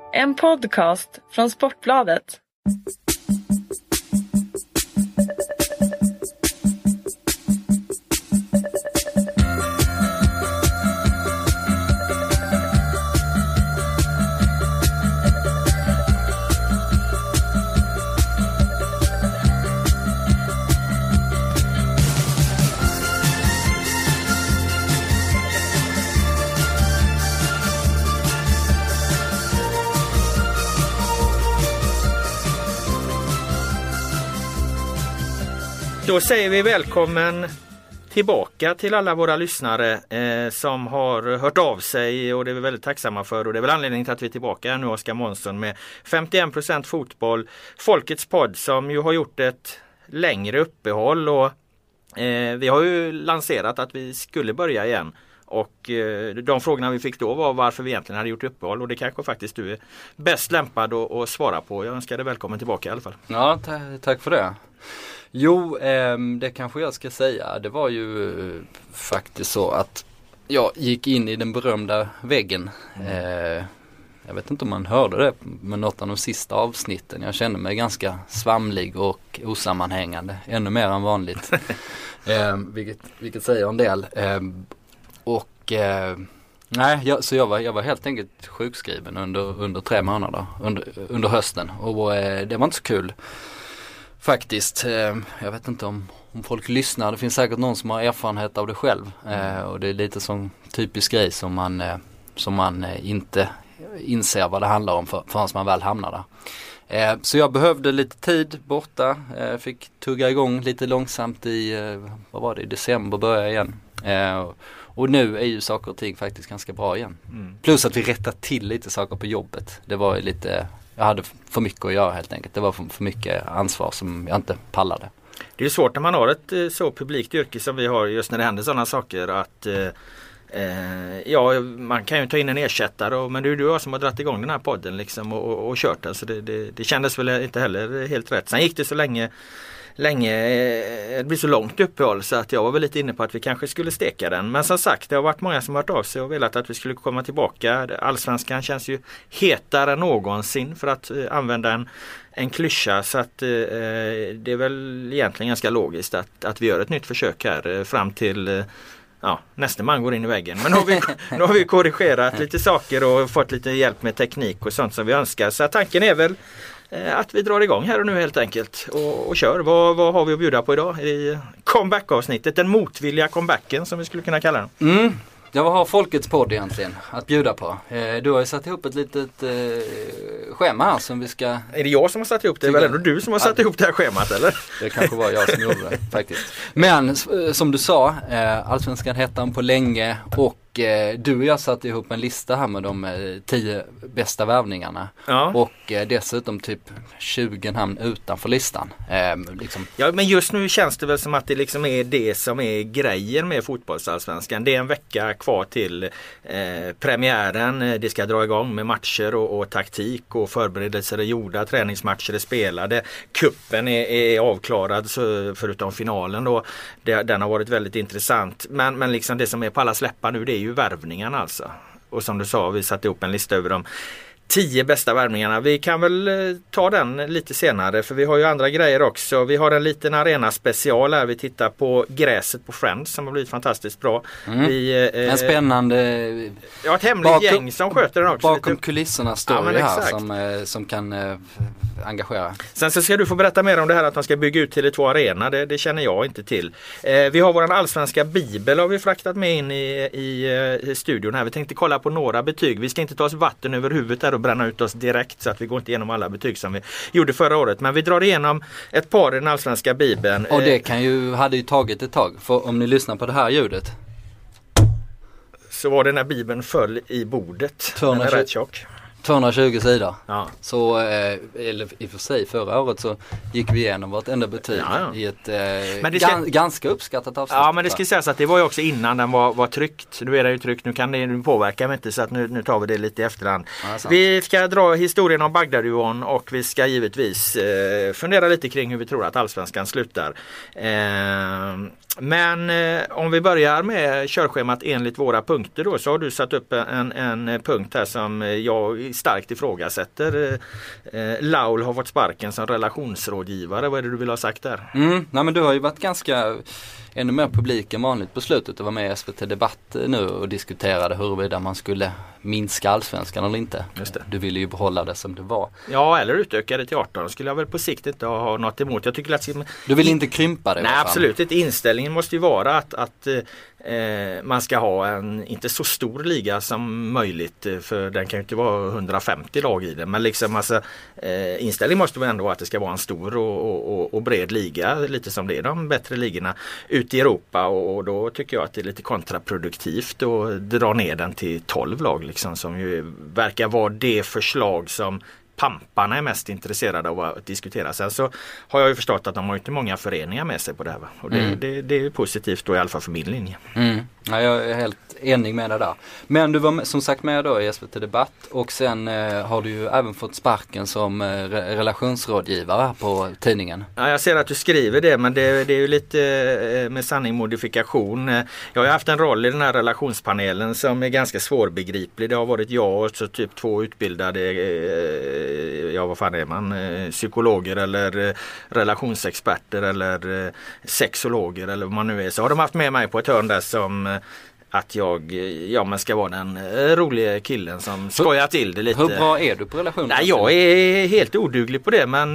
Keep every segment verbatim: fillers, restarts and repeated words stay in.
En podcast från Sportbladet. Då säger vi välkommen tillbaka till alla våra lyssnare eh, som har hört av sig, och det är vi väldigt tacksamma för, och det är väl anledningen till att vi är tillbaka nu, Oskar Månsson, med femtioen procent fotboll, Folkets podd, som ju har gjort ett längre uppehåll, och eh, vi har ju lanserat att vi skulle börja igen. Och eh, de frågorna vi fick då var varför vi egentligen hade gjort uppehåll, och det kanske faktiskt du är bäst lämpad att, att svara på. Jag önskar dig välkommen tillbaka i alla fall. Ja, t- tack för det. Jo, eh, det kanske jag ska säga. Det var ju eh, faktiskt så att jag gick in i den berömda väggen. Eh, jag vet inte om man hörde det, men något av de sista avsnitten. Jag kände mig ganska svamlig och osammanhängande. Ännu mer än vanligt. eh, vilket, vilket säger en del. Eh, och... Eh, Nej, jag, så jag var, jag var helt enkelt sjukskriven under, under tre månader under, under hösten, och eh, det var inte så kul faktiskt. Eh, jag vet inte om, om folk lyssnar, det finns säkert någon som har erfarenhet av det själv, eh, och det är lite sån typisk grej som man, eh, som man eh, inte inser vad det handlar om för, förrän man väl hamnar där. Eh, så jag behövde lite tid borta, eh, fick tugga igång lite långsamt i, eh, vad var det, i december började igen. Eh, Och nu är ju saker och ting faktiskt ganska bra igen. Mm. Plus att vi rättar till lite saker på jobbet. Det var lite, jag hade för mycket att göra helt enkelt. Det var för, för mycket ansvar som jag inte pallade. Det är svårt när man har ett så publikt yrke som vi har, just när det händer sådana saker, att eh, ja, man kan ju ta in en ersättare, och, men det är du och jag som har dragit igång den här podden liksom, och, och, och kört den. Så det, det, det kändes väl inte heller helt rätt. Sen gick det så länge Länge, det blir så långt uppehåll så att jag var väl lite inne på att vi kanske skulle steka den. Men som sagt, det har varit många som har hört av sig och velat att vi skulle komma tillbaka. Allsvenskan känns ju hetare än någonsin, för att uh, använda en, en klyscha. Så att uh, det är väl egentligen ganska logiskt att, att vi gör ett nytt försök här uh, fram till... Uh, Ja, nästa man går in i väggen. Men nu har, vi, nu har vi korrigerat lite saker och fått lite hjälp med teknik och sånt som vi önskar. Så tanken är väl eh, att vi drar igång här och nu helt enkelt och, och kör. Vad, vad har vi att bjuda på idag i comeback-avsnittet? Den motvilliga comebacken som vi skulle kunna kalla den. Mm. Ja, vad har Folkets podd egentligen att bjuda på? Eh, du har ju satt ihop ett litet eh, schema här som vi ska... Är det jag som har satt ihop det? Det är väl ändå du som har satt ja, ihop det här schemat, eller? Det kanske var jag som gjorde det, faktiskt. Men som du sa, eh, Allsvenskan hettan på länge, och eh, du och jag satt ihop en lista här med de eh, tio bästa värvningarna. Ja. Och eh, dessutom typ tjugo namn utanför listan. Eh, liksom. Ja, men just nu känns det väl som att det liksom är det som är grejen med fotbollsallsvenskan. Det är en vecka kvar till eh, premiären. Det ska dra igång med matcher och, och taktik, och förberedelser är gjorda, träningsmatcher är spelade. Kuppen är, är avklarad, så förutom finalen då. Det, den har varit väldigt intressant. Men, men liksom det som är på alla släppar nu, det är ju värvningarna alltså. Och som du sa, vi satte ihop en lista över dem. Tio bästa värvningarna. Vi kan väl eh, ta den lite senare, för vi har ju andra grejer också. Vi har en liten arena special här. Vi tittar på gräset på Friends som har blivit fantastiskt bra. Mm. Vi, eh, en spännande... Ja, ett hemligt bakom, gäng som sköter den också. Bakom lite. Kulisserna står ja, det här som, eh, som kan eh, engagera. Sen så ska du få berätta mer om det här att man ska bygga ut till ett två arena. Det, det känner jag inte till. Eh, vi har våran allsvenska bibel har vi fraktat med in i, i, i studion här. Vi tänkte kolla på några betyg. Vi ska inte ta oss vatten över huvudet där och bränna ut oss direkt, så att vi går inte igenom alla betyg som vi gjorde förra året. Men vi drar igenom ett par i den allsvenska bibeln. Och det kan ju, hade ju tagit ett tag. För om ni lyssnar på det här ljudet, så var det när bibeln föll i bordet. tvåhundratjugo Den är rätt tjock. tvåhundratjugo sidor. Ja. Så, eller i och för sig förra året så gick vi igenom vartenda betyg ja, ja. i ett eh, men det ska, gan, ganska uppskattat avsnitt. Ja, men det ska sägas att det var ju också innan den var, var tryckt. Nu är det ju tryckt, nu kan det nu påverka mig inte, så att nu, nu tar vi det lite i efterhand. Ja, vi ska dra historien om Bagdad-Duon, och vi ska givetvis eh, fundera lite kring hur vi tror att allsvenskan slutar. Eh, Men eh, om vi börjar med körschemat enligt våra punkter då, så har du satt upp en, en punkt här som jag starkt ifrågasätter. Eh, Laul har fått sparken som relationsrådgivare. Vad är det du vill ha sagt där? Mm, nej men du har ju varit ganska ännu mer publik än vanligt på slutet och var med i S V T Debatt nu och diskuterade huruvida man skulle minska allsvenskan eller inte. Just det. Du ville ju behålla det som det var. Ja, eller utöka det till arton. Skulle jag väl på sikt inte ha något emot. Jag tycker att... Du vill inte krympa det? Nej, absolut inte. Inställningen måste ju vara att, att eh, man ska ha en inte så stor liga som möjligt, för den kan ju inte vara hundrafemtio lag i den. Men liksom alltså, eh, inställningen måste väl ändå vara att det ska vara en stor och, och, och bred liga, lite som det är de bättre ligorna ute i Europa, och, och då tycker jag att det är lite kontraproduktivt att dra ner den till tolv lag liksom, som ju verkar vara det förslag som pamparna är mest intresserade av att diskutera. Sen så har jag ju förstått att de har inte många föreningar med sig på det här. Va? Och det, mm. det, det är positivt då, i alla fall för min linje. Mm. Ja, jag är helt enig med det där. Men du var med, som sagt med då i S V T Debatt, och sen eh, har du ju även fått sparken som eh, relationsrådgivare på tidningen. Ja, jag ser att du skriver det, men det, det är ju lite eh, med sanning modifikation. Jag har haft en roll i den här relationspanelen som är ganska svårbegriplig. Det har varit jag och så typ två utbildade eh, ja, vad fan är man? Psykologer eller relationsexperter eller sexologer eller vad man nu är. Så har de haft med mig på ett hörn där som att jag ja, men ska vara den roliga killen som skojar till det lite. Hur bra är du på relationer? Nej, jag är helt oduglig på det, men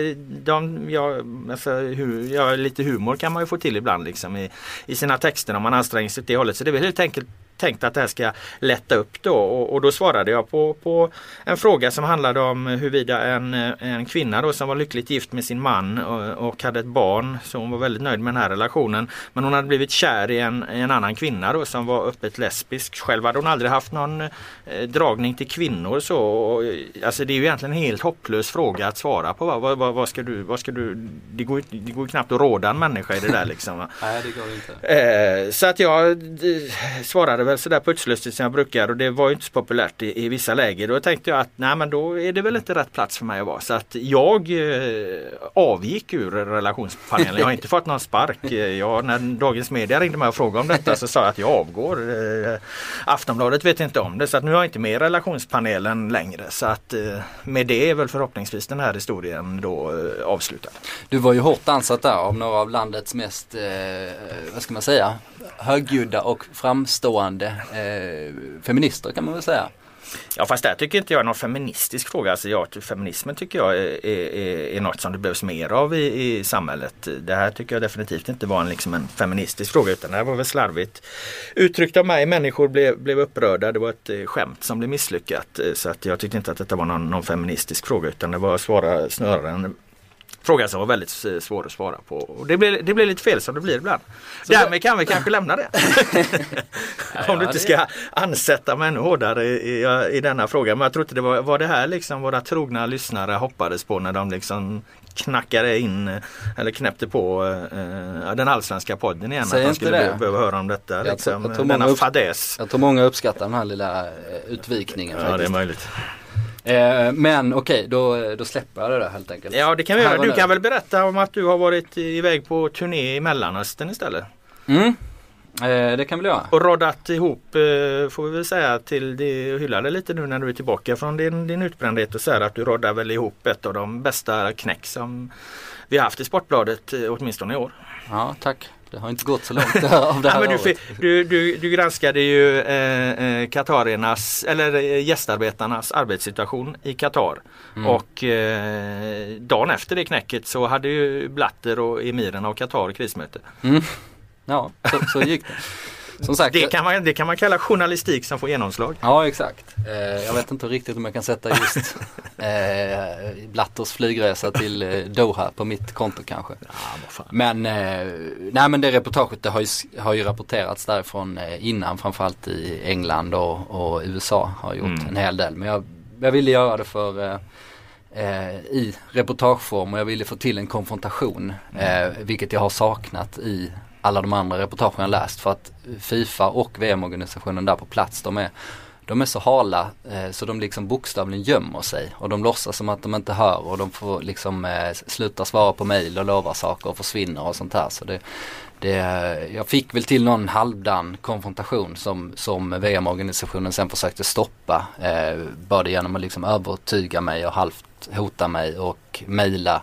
de, ja, alltså, hu, ja, lite humor kan man ju få till ibland liksom, i, i sina texter om man anstränger sig åt det hållet. Så det är väl helt enkelt tänkt att det här ska lätta upp då, och, och då svarade jag på, på en fråga som handlade om huruvida en, en kvinna då som var lyckligt gift med sin man och, och hade ett barn, så hon var väldigt nöjd med den här relationen, men hon hade blivit kär i en, en annan kvinna då som var öppet lesbisk. Själv hade hon aldrig haft någon eh, dragning till kvinnor så, och, alltså det är ju egentligen en helt hopplös fråga att svara på. Va? Vad, vad, vad ska du, vad ska du det går det går knappt att råda en människa i det där liksom. Va? Nej, det går inte. Eh, så att jag d- svarade väl sådär putslustigt som jag brukar, och det var ju inte så populärt i, i vissa läger. Då tänkte jag att nej, men då är det väl inte rätt plats för mig att vara. Så att jag eh, avgick ur relationspanelen. Jag har inte fått någon spark. Jag, när Dagens Media ringde mig och frågade om detta så sa jag att jag avgår. Eh, Aftonbladet vet inte om det, så att nu har jag inte med i relationspanelen längre. Så att eh, med det är väl förhoppningsvis den här historien då eh, avslutad. Du var ju hårt ansatt där av några av landets mest, eh, vad ska man säga, högljudda och framstående eh, feminister kan man väl säga. Ja, fast det tycker inte jag är någon feministisk fråga. Alltså, ja, feminismen tycker jag är, är, är något som det behövs mer av i, i samhället. Det här tycker jag definitivt inte var en, liksom en feministisk fråga, utan det här var väl slarvigt uttryckt av mig. Människor blev, blev upprörda. Det var ett skämt som blev misslyckat. Så att jag tyckte inte att detta var någon, någon feministisk fråga, utan det var svåra, snarare en fråga som var väldigt svår att svara på. Och det blir, det blir lite fel som det blir ibland. Så därmed kan vi kanske lämna det. Om du inte ska ansätta mig ännu hårdare i, i, i denna fråga. Men jag tror inte det var, var det här liksom våra trogna lyssnare hoppades på när de liksom knackade in eller knäppte på eh, den allsvenska podden igen. Säg att man skulle det. behöva höra om detta. Jag liksom, tror, jag tror denna upp, fadäs. Jag tror många uppskattar den här lilla utvikningen. Ja, det är möjligt. Eh, men okej, okay, då, då släpper jag det där helt enkelt. Ja, det kan vi göra. Du kan väl berätta om att du har varit iväg på turné i Mellanöstern istället? Mm, eh, det kan vi göra. Och roddat ihop, eh, får vi väl säga, till det, och hylla det lite nu när du är tillbaka från din, din utbrändhet, och så här att du roddar väl ihop ett av de bästa knäck som vi har haft i Sportbladet, eh, åtminstone i år. Ja, tack. Det har inte gått så långt av det här. Ja, men du, du, du, du granskade ju eh, Katariernas, eller gästarbetarnas arbetssituation i Katar. Mm. Och eh, dagen efter det knäcket så hade ju Blatter och emiren av Katar krismöte. Mm. Ja, så, så gick det. Som sagt, det, kan man, det kan man kalla journalistik som får genomslag. Ja, exakt. Eh, jag vet inte riktigt om jag kan sätta just eh, Blatters flygresa till eh, Doha på mitt konto kanske. Ja, men, eh, nej, men det reportaget det har, ju, har ju rapporterats därifrån eh, innan, framförallt i England och, och U S A har gjort mm. en hel del. Men jag, jag ville göra det för eh, eh, i reportageform, och jag ville få till en konfrontation, mm. eh, vilket jag har saknat i alla de andra reportagen jag läst, för att FIFA och V M-organisationen där på plats, de är, de är så hala eh, så de liksom bokstavligen gömmer sig, och de låtsas som att de inte hör, och de får liksom eh, sluta svara på mejl och lova saker och försvinner och sånt här. Så det, det, jag fick väl till någon halvdan konfrontation som, som V M-organisationen sen försökte stoppa. Eh, både genom att liksom övertyga mig och halvt hota mig och mejla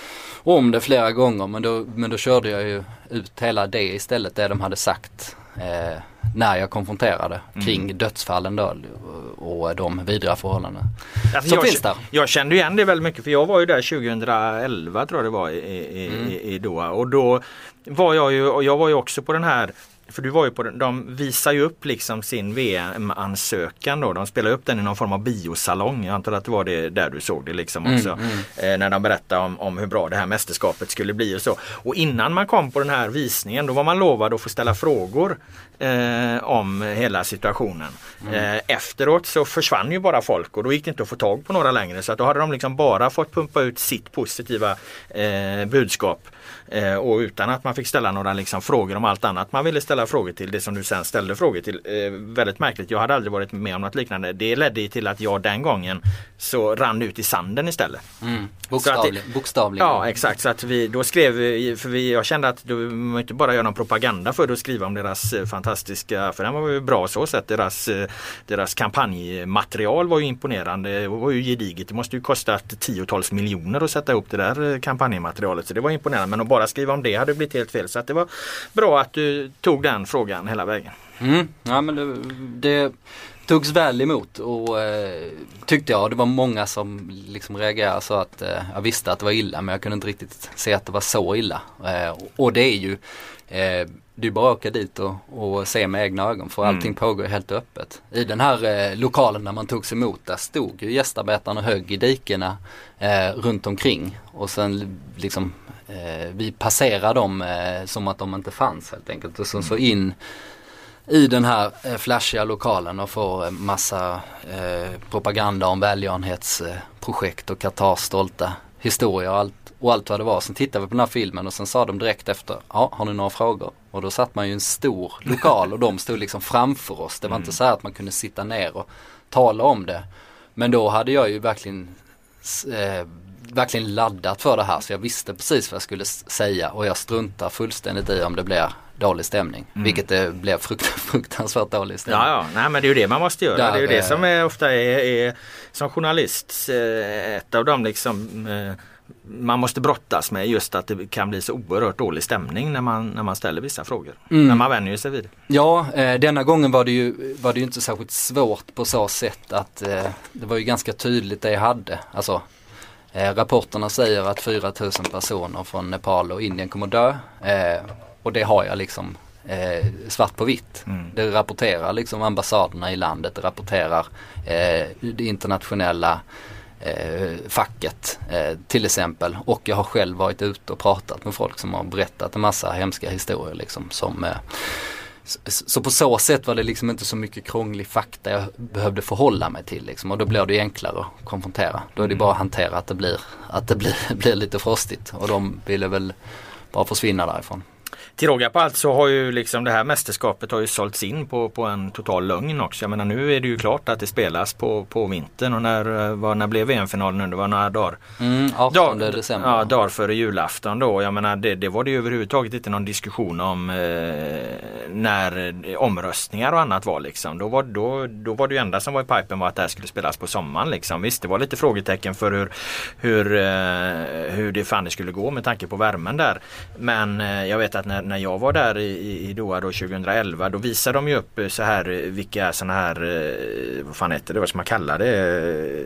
om det flera gånger. Men då, men då körde jag ju ut hela det istället, det de hade sagt eh, när jag konfronterade kring mm. dödsfallen då, och de vidriga förhållanden alltså som jag, finns där. Jag kände igen det väldigt mycket, för jag var ju där tjugoelva tror jag det var i, i, mm. i, i Doha, och då var jag ju, och jag var ju också på den här, för du var ju på den, de visar ju upp liksom sin V M-ansökan då, de spelar upp den i någon form av biosalong, jag antar att det var det där du såg det liksom också, mm, mm. Eh, när de berättade om, om hur bra det här mästerskapet skulle bli och så. Och innan man kom på den här visningen, då var man lovad att få ställa frågor eh, om hela situationen. Mm. Eh, efteråt så försvann ju bara folk, och då gick det inte att få tag på några längre, så att då hade de liksom bara fått pumpa ut sitt positiva eh, budskap. Eh, och utan att man fick ställa några liksom frågor om allt annat man ville ställa frågor till, det som du sen ställde frågor till. Eh, väldigt märkligt, jag hade aldrig varit med om något liknande. Det ledde till att jag den gången så rann ut i sanden istället. Mm. Bokstavlig, det, bokstavligen. Ja, exakt. Så att vi då skrev, för vi, jag kände att du måste inte bara göra någon propaganda för att skriva om deras fantastiska, för den var ju bra så sett, deras, deras kampanjmaterial var ju imponerande, det var ju gediget. Det måste ju kosta tiotals miljoner att sätta upp det där kampanjmaterialet, så det var imponerande, men att bara skriva om det hade blivit helt fel, så att det var bra att du tog den frågan hela vägen. Mm. Ja, men det, det togs väl emot, och eh, tyckte jag, det var många som liksom reagerade så att eh, jag visste att det var illa, men jag kunde inte riktigt se att det var så illa. Eh, och, och det är ju eh, du bara åka dit och, och se med egna ögon, för allting mm. pågår helt öppet. I den här eh, lokalen där man togs emot, där stod ju gästarbetarna högg i dikena eh, runt omkring, och sen liksom eh, vi passerade dem eh, som att de inte fanns helt enkelt, och så, mm. så in i den här eh, flashiga lokalen och får massa eh, propaganda om välgörenhetsprojekt och Katars stolta historia och allt, och allt vad det var. Sen tittade vi på den här filmen och sen sa de direkt efter, ja, har ni några frågor? Och då satt man ju i en stor lokal och de stod liksom framför oss. Det var mm. inte så här att man kunde sitta ner och tala om det. Men då hade jag ju verkligen eh, verkligen laddat för det här, så jag visste precis vad jag skulle säga, och jag struntar fullständigt i om det blir dålig stämning. Mm. Vilket det blev frukt, fruktansvärt dålig stämning. Ja, ja. Nej, men det är ju det man måste göra. Där, det är ju det som är, ofta är, är som journalist ett av dem liksom man måste brottas med, just att det kan bli så oerhört dålig stämning när man, när man ställer vissa frågor. Mm. När man vänjer sig vid det. Ja, eh, denna gången var det ju var det ju inte särskilt svårt på så sätt att eh, det var ju ganska tydligt det jag hade. Alltså eh, rapporterna säger att fyra tusen personer från Nepal och Indien kommer dö. Eh, och det har jag liksom eh, svart på vitt. Mm. Det rapporterar liksom ambassaderna i landet, det rapporterar eh, det internationella eh, facket eh, till exempel. Och jag har själv varit ute och pratat med folk som har berättat en massa hemska historier liksom, som eh, så, så på så sätt var det liksom inte så mycket krånglig fakta jag behövde förhålla mig till liksom, och då blir det enklare att konfrontera. Då är det bara att hantera att det blir, att det blir, blir lite frostigt, och de ville väl bara försvinna därifrån. Till råga på allt så har ju liksom det här mästerskapet har ju sålts in på, på en total lögn också. Jag menar, nu är det ju klart att det spelas på, på vintern, och när, var, när blev V M-finalen nu? Det var några dagar. Mm, artonde december. Ja, dagar före julafton då. Jag menar, det, det var det ju överhuvudtaget inte någon diskussion om eh, när omröstningar och annat var liksom. Då var, då, då var det ju enda som var i pipen var att det här skulle spelas på sommaren liksom. Visst, det var lite frågetecken för hur, hur, eh, hur det fan det skulle gå med tanke på värmen där. Men eh, jag vet att när när jag var där i, i Doha då tjugoelva, då visade de ju upp så här vilka såna här, vad fan heter det, vad ska man kalla det,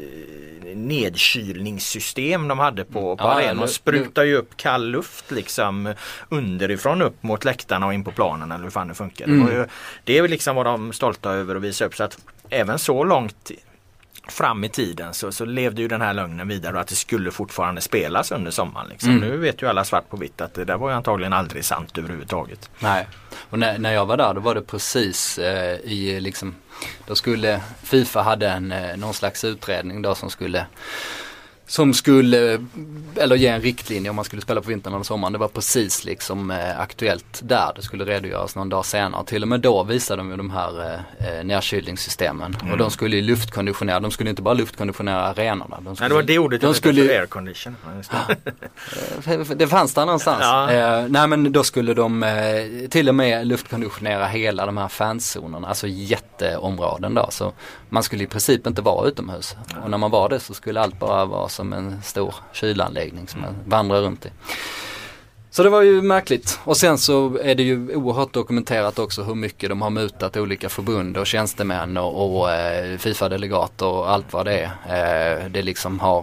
nedkylningssystem de hade på, på ja, arenan, och sprutar ju upp kall luft liksom underifrån upp mot läktarna och in på planen, eller hur fan det funkar. Mm. Det, var ju, det är väl liksom vad de är stolta över att visa upp, så att även så långt fram i tiden så, så levde ju den här lögnen vidare, och att det skulle fortfarande spelas under sommaren liksom. Mm. Nu vet ju alla svart på vitt att det där var ju antagligen aldrig sant överhuvudtaget. Nej, och när, när jag var där då var det precis eh, i liksom, då skulle FIFA hade en, eh, någon slags utredning då som skulle som skulle, eller ge en riktlinje om man skulle spela på vintern eller sommaren. Det var precis liksom eh, aktuellt där. Det skulle redogöras någon dag senare. Till och med då visade de ju de här eh, nedkylningssystemen. Mm. Och de skulle ju luftkonditionera. De skulle inte bara luftkonditionera arenorna. De skulle, nej, det var det ordet de skulle aircondition. det. det fanns där någonstans. Ja. Eh, nej men då skulle de eh, till och med luftkonditionera hela de här fanzonerna. Alltså jätteområden då. Så man skulle i princip inte vara utomhus. Ja. Och när man var det så skulle allt bara vara som en stor kylanläggning som man vandrar runt i. Så det var ju märkligt. Och sen så är det ju oerhört dokumenterat också hur mycket de har mutat olika förbund och tjänstemän och, och eh, FIFA-delegater och allt vad det är. Eh, det liksom har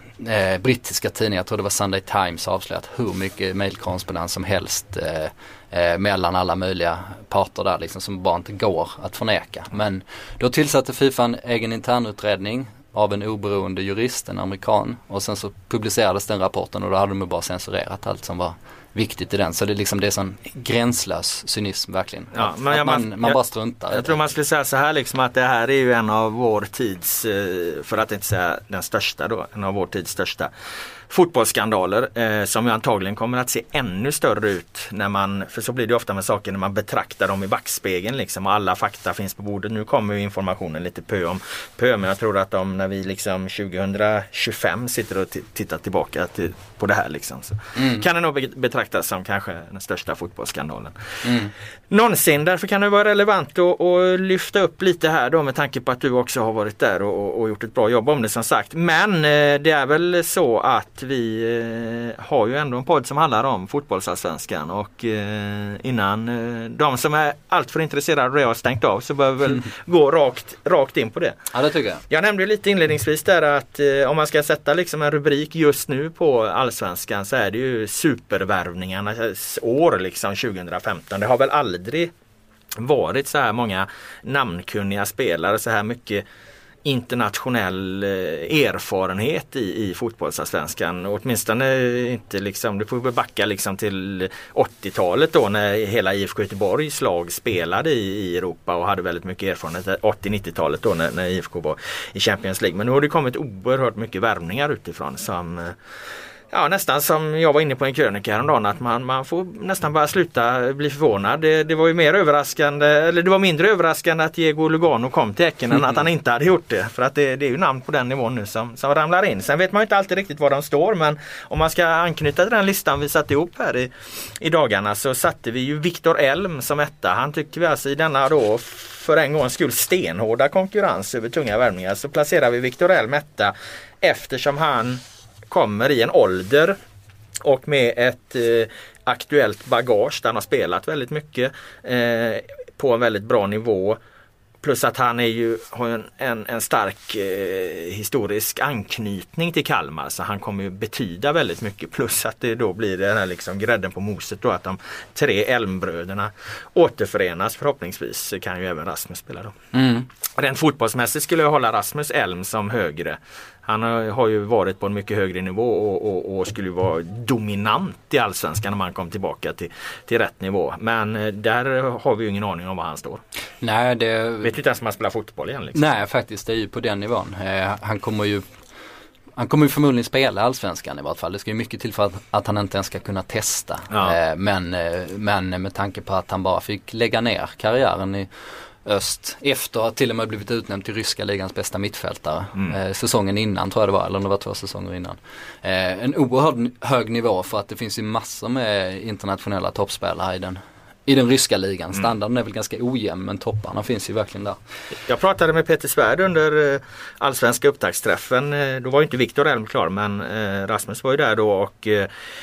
eh, brittiska tidningar, jag tror det var Sunday Times, avslöjat hur mycket mejlkorrespondens som helst eh, eh, mellan alla möjliga parter där liksom, som bara inte går att förneka. Men då tillsatte FIFA en egen internutredning av en oberoende jurist, en amerikan, och sen så publicerades den rapporten och då hade de bara censurerat allt som var viktigt i den. Så det är liksom det är sån gränslös cynism verkligen. Ja, att, men, att man, man, man bara struntar. Jag, jag tror man skulle säga så här liksom, att det här är ju en av vår tids, för att inte säga den största då, en av vår tids största fotbollsskandaler eh, som ju antagligen kommer att se ännu större ut när man, för så blir det ofta med saker när man betraktar dem i backspegeln liksom, och alla fakta finns på bordet. Nu kommer ju informationen lite pö om pö, men jag tror att de, när vi liksom tjugohundratjugofem sitter och t- tittar tillbaka till, på det här liksom, så mm. kan det nog betraktas som kanske den största fotbollsskandalen mm. någonsin. Därför kan det vara relevant att, att lyfta upp lite här då, med tanke på att du också har varit där och, och gjort ett bra jobb om det som sagt. Men eh, det är väl så att vi eh, har ju ändå en podd som handlar om fotbollsallsvenskan, och eh, innan eh, de som är allt för intresserade av det har stängt av, så behöver vi väl mm. gå rakt, rakt in på det. Ja, det tycker jag. Jag nämnde lite inledningsvis där att eh, om man ska sätta liksom en rubrik just nu på allsvenskan, så är det ju supervärvningarnas år liksom tjugohundrafemton. Det har väl aldrig varit så här många namnkunniga spelare, så här mycket internationell erfarenhet i, i fotbollsallsvenskan. Åtminstone inte liksom, du får backa liksom till åttiotalet då, när hela I F K Göteborgs lag spelade i, i Europa och hade väldigt mycket erfarenhet. åttio-nittiotalet då när, när I F K var i Champions League. Men nu har det kommit oerhört mycket värvningar utifrån som, ja, nästan som jag var inne på en krönika häromdagen, att man, man får nästan bara sluta bli förvånad. Det, det var ju mer överraskande, eller det var mindre överraskande att Diego Lugano kom till Häcken än att han inte hade gjort det. För att det, det är ju namn på den nivån nu som, som ramlar in. Sen vet man ju inte alltid riktigt var de står, men om man ska anknyta till den listan vi satte ihop här i, i dagarna, så satte vi ju Victor Elm som etta. Han tycker vi alltså i denna då för en gångs skull stenhårda konkurrens över tunga värvningar, så placerar vi Victor Elm etta, eftersom han kommer i en ålder och med ett eh, aktuellt bagage där han har spelat väldigt mycket eh, på en väldigt bra nivå. Plus att han är ju, har en, en, en stark eh, historisk anknytning till Kalmar, så han kommer ju betyda väldigt mycket. Plus att det då blir den här liksom grädden på moset då, att de tre Elmbröderna återförenas förhoppningsvis, kan ju även Rasmus spela då. Mm. Rent fotbollsmässigt skulle jag hålla Rasmus Elm som högre. Han har ju varit på en mycket högre nivå och, och, och skulle vara dominant i allsvenskan om han kom tillbaka till, till rätt nivå. Men där har vi ju ingen aning om var han står. Nej, det... Vet du inte ens om han spelar fotboll igen? Liksom? Nej, faktiskt. Det är ju på den nivån. Eh, han kommer ju Han kommer ju förmodligen spela allsvenskan i vart fall. Det ska ju mycket till för att, att han inte ens ska kunna testa. Ja. Eh, men, eh, men med tanke på att han bara fick lägga ner karriären i öst efter att till och med blivit utnämnd till ryska ligans bästa mittfältare mm. eh, säsongen innan tror jag det var, eller om det var två säsonger innan. Eh, en oerhört hög nivå, för att det finns ju massor med internationella toppspelare i den i den ryska ligan. Standarden är väl ganska ojämn, men topparna finns ju verkligen där. Jag pratade med Peter Svärd under eh, allsvenska upptaktsträffen. Eh, då var ju inte Victor Elm klar, men eh, Rasmus var ju där då, och eh,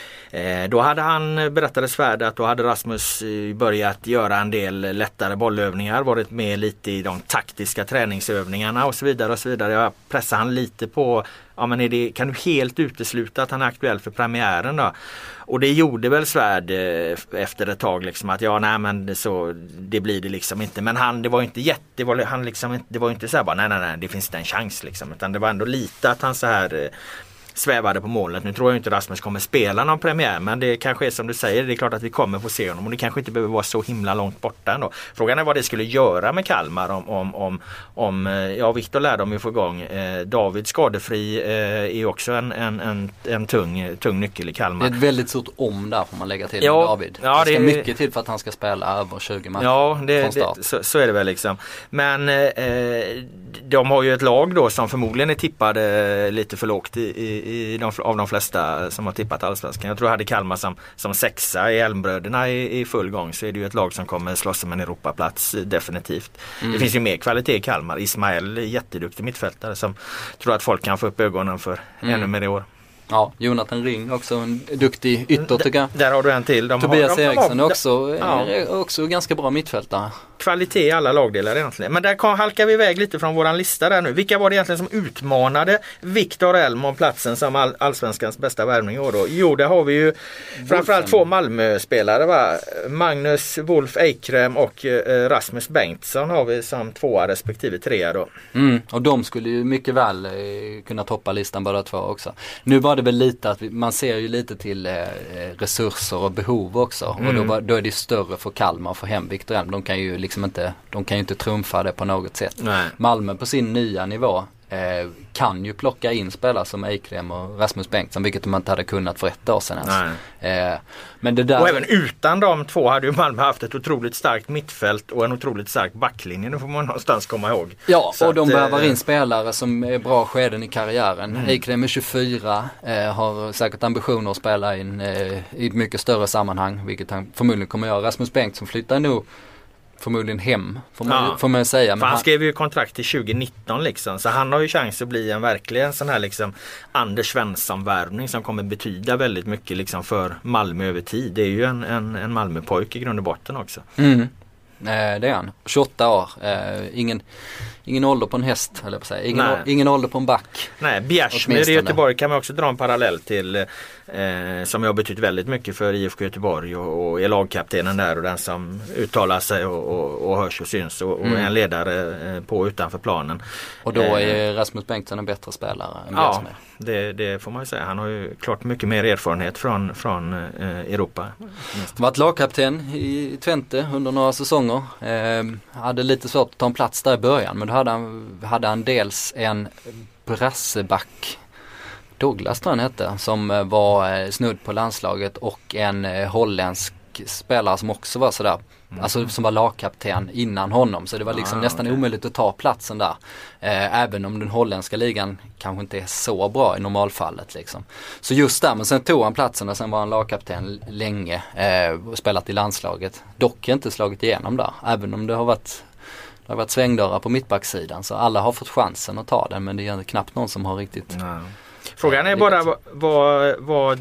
då hade han, berättade Svärd, att då hade Rasmus börjat göra en del lättare bollövningar, varit med lite i de taktiska träningsövningarna och så vidare och så vidare. Jag pressade han lite på, ja men är det, kan du helt utesluta att han är aktuell för premiären då? Och det gjorde väl Svärd efter ett tag liksom, att ja nej men det, så, det blir det liksom inte. Men han, det var inte jätte, det var, han liksom, det var inte så här bara nej nej nej det finns inte en chans liksom, utan det var ändå lite att han så här svävade på målet. Nu tror jag inte Rasmus kommer spela någon premiär, men det kanske är som du säger, det är klart att vi kommer få se honom och det kanske inte behöver vara så himla långt borta ändå. Frågan är vad det skulle göra med Kalmar om, om, om, om ja, Viktor lär dem ju få igång. Eh, David skadefri eh, är också en, en, en, en tung, tung nyckel i Kalmar. Det är ett väldigt stort om där får man lägga till ja, med David. Ja, det ska det, mycket till för att han ska spela över tjugo matcher ja, det, från start. Det, så, så är det väl liksom. Men eh, de har ju ett lag då som förmodligen är tippade lite för lågt i, i, i de, av de flesta som har tippat allsvenskan. Jag tror jag hade Kalmar som, som sexa i Elmbröderna i, i full gång, så är det ju ett lag som kommer slåss om en Europaplats definitivt. Mm. Det finns ju mer kvalitet i Kalmar. Ismael är jätteduktig mittfältare som tror att folk kan få upp ögonen för mm. ännu mer i år. Ja, Jonathan Ring också en duktig ytter tycker jag. Där har du en till. De Tobias har, de, Eriksson de har, också, ja. är också ganska bra mittfältare. Kvalitet i alla lagdelar egentligen. Men där kan, halkar vi iväg lite från våran lista där nu. Vilka var det egentligen som utmanade Viktor Elm om platsen som all, allsvenskans bästa värvning i år då? Jo, där har vi ju Wolfen. Framförallt två Malmö-spelare va? Magnus Wolf Eikrem och eh, Rasmus Bengtsson har vi som tvåa respektive trea då. Mm, och de skulle ju mycket väl eh, kunna toppa listan båda två också. Nu var det väl lite att vi, man ser ju lite till eh, resurser och behov också. Mm. Och då, var, då är det större för Kalmar och för hem Viktor Elm. De kan ju liksom inte, de kan ju inte trumfa det på något sätt. Nej. Malmö på sin nya nivå eh, kan ju plocka in spelare som Eikrem och Rasmus Bengtsson, vilket man inte hade kunnat för ett år sedan ens. Eh, men det där... Och även utan de två hade ju Malmö haft ett otroligt starkt mittfält och en otroligt stark backlinje. Nu får man någonstans komma ihåg. Ja, så och de att, behöver eh... in spelare som är bra skeden i karriären. Mm. Eikrem är tjugofyra, eh, har säkert ambitioner att spela in eh, i ett mycket större sammanhang, vilket han förmodligen kommer göra. Rasmus Bengtsson flyttar nog förmodligen hem, får man, ja. får man säga. Men han, han skrev ju kontrakt till tjugo nitton liksom, så han har ju chans att bli en verkligen sån här liksom Anders Svensson-värvning som kommer betyda väldigt mycket liksom för Malmö över tid. Det är ju en, en, en Malmö-pojk i grund och botten också. Mm. Eh, det är han. tjugoåtta år. Eh, ingen, ingen ålder på en häst, eller på att säga. Ingen, å, ingen ålder på en back. Nej, Bjärsmyr i Göteborg kan man också dra en parallell till eh, som har betytt väldigt mycket för I F K Göteborg och, och är lagkaptenen där och den som uttalar sig och, och, och hörs och syns och, och mm. är en ledare eh, på utanför planen. Och då är Rasmus Bengtsson en bättre spelare än ja, det, det får man ju säga. Han har ju klart mycket mer erfarenhet från, från eh, Europa. Han varit lagkapten i Twente under några säsonger. Eh, hade lite svårt att ta en plats där i början, men då hade han, hade han dels en brasseback, Douglas tror jag han hette, som var snudd på landslaget, och en holländsk spelare som också var sådär, mm. alltså som var lagkapten innan honom, så det var liksom ah, nästan okay. omöjligt att ta platsen där, eh, även om den holländska ligan kanske inte är så bra i normalfallet liksom. Så just där, men sen tog han platsen och sen var han lagkapten länge eh, och spelat i landslaget, dock inte slagit igenom där, även om det har varit det har varit svängdörrar på mittbacksidan, så alla har fått chansen att ta den, men det är knappt någon som har riktigt. Nej. Frågan är bara vad, vad, vad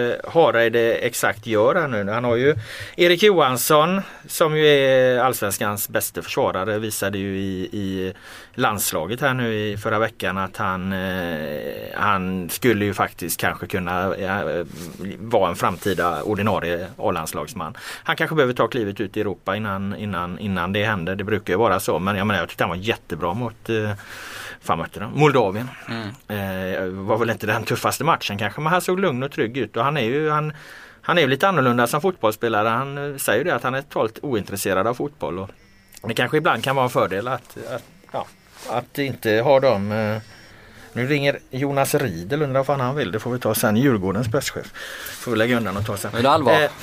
Hareide exakt gör här nu. Han har ju Erik Johansson som ju är allsvenskans bästa försvarare, visade ju i, i landslaget här nu i förra veckan att han, eh, han skulle ju faktiskt kanske kunna eh, vara en framtida ordinarie A-landslagsman. Han kanske behöver ta klivet ut i Europa innan, innan, innan det händer. Det brukar ju vara så, men jag menar, jag tyckte han var jättebra mot eh, fan mötte de? Moldavien. Mm. Eh, var väl inte den tuffaste matchen kanske, men han såg lugn och trygg ut och han är ju han, han är ju lite annorlunda som fotbollsspelare. Han säger ju det att han är totalt ointresserad av fotboll och det kanske ibland kan vara en fördel att, att, ja, att inte ha dem. Eh, nu ringer Jonas Riedel, undrar vad fan han vill. Det får vi ta sen, Djurgårdens presschef. Får vi lägga undan och ta sen. Är det allvar? Eh,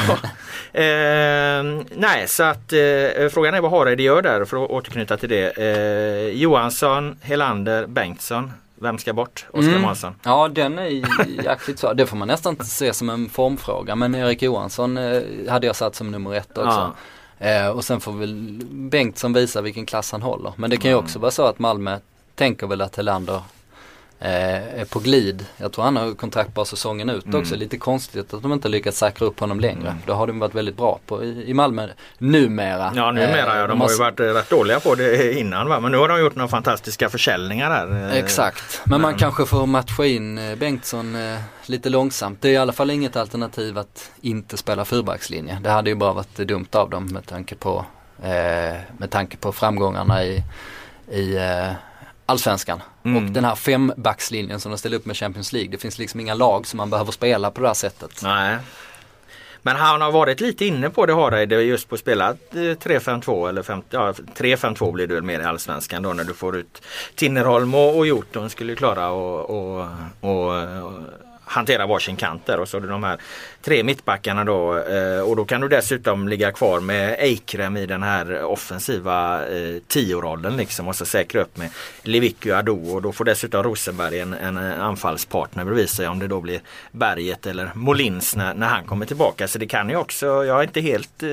eh, nej, så att eh, frågan är vad Hareide gör där, för att återknyta till det. Eh, Johansson, Helander, Bengtsson. Vem ska bort? Oskar mm. Månsson. Ja, den är jäkligt svår. Det får man nästan se som en formfråga. Men Erik Johansson eh, hade jag satt som nummer ett också. Ja. Eh, och sen får väl Bengtsson visa vilken klass han håller. Men det kan ju också vara så att Malmö tänker väl att Helander eh, är på glid. Jag tror han har kontrakt bara säsongen ut mm. också. Lite konstigt att de inte lyckats säkra upp honom längre. Mm. Då har de varit väldigt bra på i, i Malmö numera. Ja, numera. Ja, de, de har ju varit rätt dåliga på det innan, va? Men nu har de gjort några fantastiska försäljningar där. Exakt. Men, Men man kanske får matcha in Bengtsson eh, lite långsamt. Det är i alla fall inget alternativ att inte spela fyrbackslinje. Det hade ju bara varit dumt av dem med tanke på, eh, med tanke på framgångarna i, i eh, allsvenskan. Mm. Och den här fembackslinjen som de ställer upp med Champions League, det finns liksom inga lag som man behöver spela på det här sättet. Nej. Men han har varit lite inne på det, Hareide, just på att spela tre fem två eller fem, ja, tre fem två blir det väl mer i allsvenskan då, när du får ut Tinnerholm och, och Hjorton skulle klara och, och, och, och hantera varsin kant där, och så är det de här tre mittbackarna då, eh, och då kan du dessutom ligga kvar med Eikrem i den här offensiva eh, tio-rollen liksom, och så säkra upp med Lewicki och Ado, och då får dessutom Rosenberg en, en anfallspartner bredvid sig om det då blir Berget eller Molins när, när han kommer tillbaka. Så det kan ju också, jag är inte helt eh,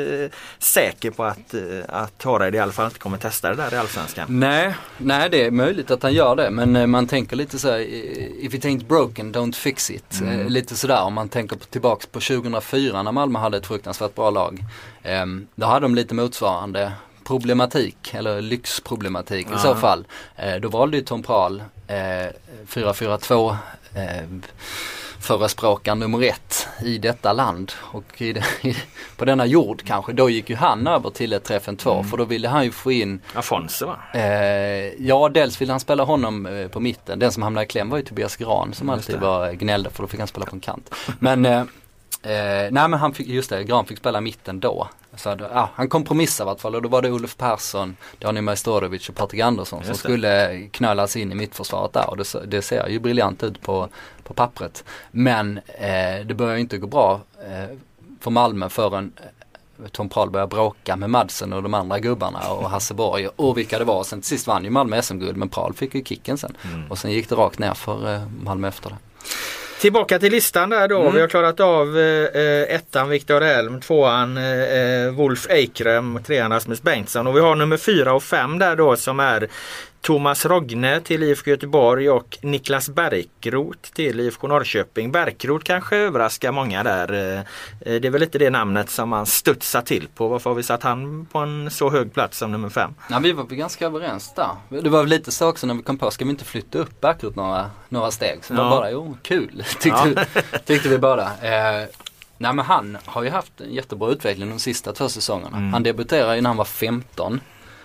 säker på att, eh, att Hareide i alla fall inte kommer testa det där i allsvenskan. Nej, nej, det är möjligt att han gör det, men eh, man tänker lite så här, if it ain't broken, don't fix it. Mm. Eh, lite sådär om man tänker på, tillbaks på tjugohundrafyra när Malmö hade ett fruktansvärt bra lag. Eh, då hade de lite motsvarande problematik, eller lyxproblematik i så fall. Eh, då valde ju Tom Prahl eh, fyra fyra två eh, förespråkaren nummer ett i detta land och i det, i, på denna jord kanske. Då gick ju han över till ett tre fem två mm. för då ville han ju få in Afonso, va? Eh, ja, dels ville han spela honom eh, på mitten. Den som hamnade i kläm var ju Tobias Gran som just alltid det. var gnällde, för då fick han spela på en kant. Men eh, Eh, nej men han fick, just det, Gran fick spela mitten då. Så då, ja, han kompromissade i alla fall, och då var det Olof Persson, Daniel Majstorovic och Patrik Andersson som skulle knölas in i mittförsvaret där, och det, det ser ju briljant ut på, på pappret. Men eh, det börjar inte gå bra eh, för Malmö förrän eh, Tom Prahl började bråka med Madsen och de andra gubbarna och Hasseborg och vilka det var. Sen till sist vann ju Malmö S M-guld, men Prahl fick ju kicken sen. Mm. Och sen gick det rakt ner för eh, Malmö efter det. Tillbaka till listan där då. Mm. Vi har klarat av eh, ettan Viktor Elm, tvåan eh, Wolf Eikrem, trean Rasmus Bengtsson, och vi har nummer fyra och fem där då som är Thomas Rogne till I F K Göteborg och Niklas Bärkroth till I F K Norrköping. Bärkroth kanske överraskar många där. Det är väl lite det namnet som man studsar till på. Varför har vi satt han på en så hög plats som nummer fem? Ja, vi var ganska överens där. Det var väl lite så också när vi kom på, ska vi inte flytta upp Bärkroth några, några steg? Så ja. var bara, jo, kul, tyckte, ja. tyckte vi bara. Eh, nej men han har ju haft en jättebra utveckling de sista två säsongerna. Mm. Han debuterade när han var femton.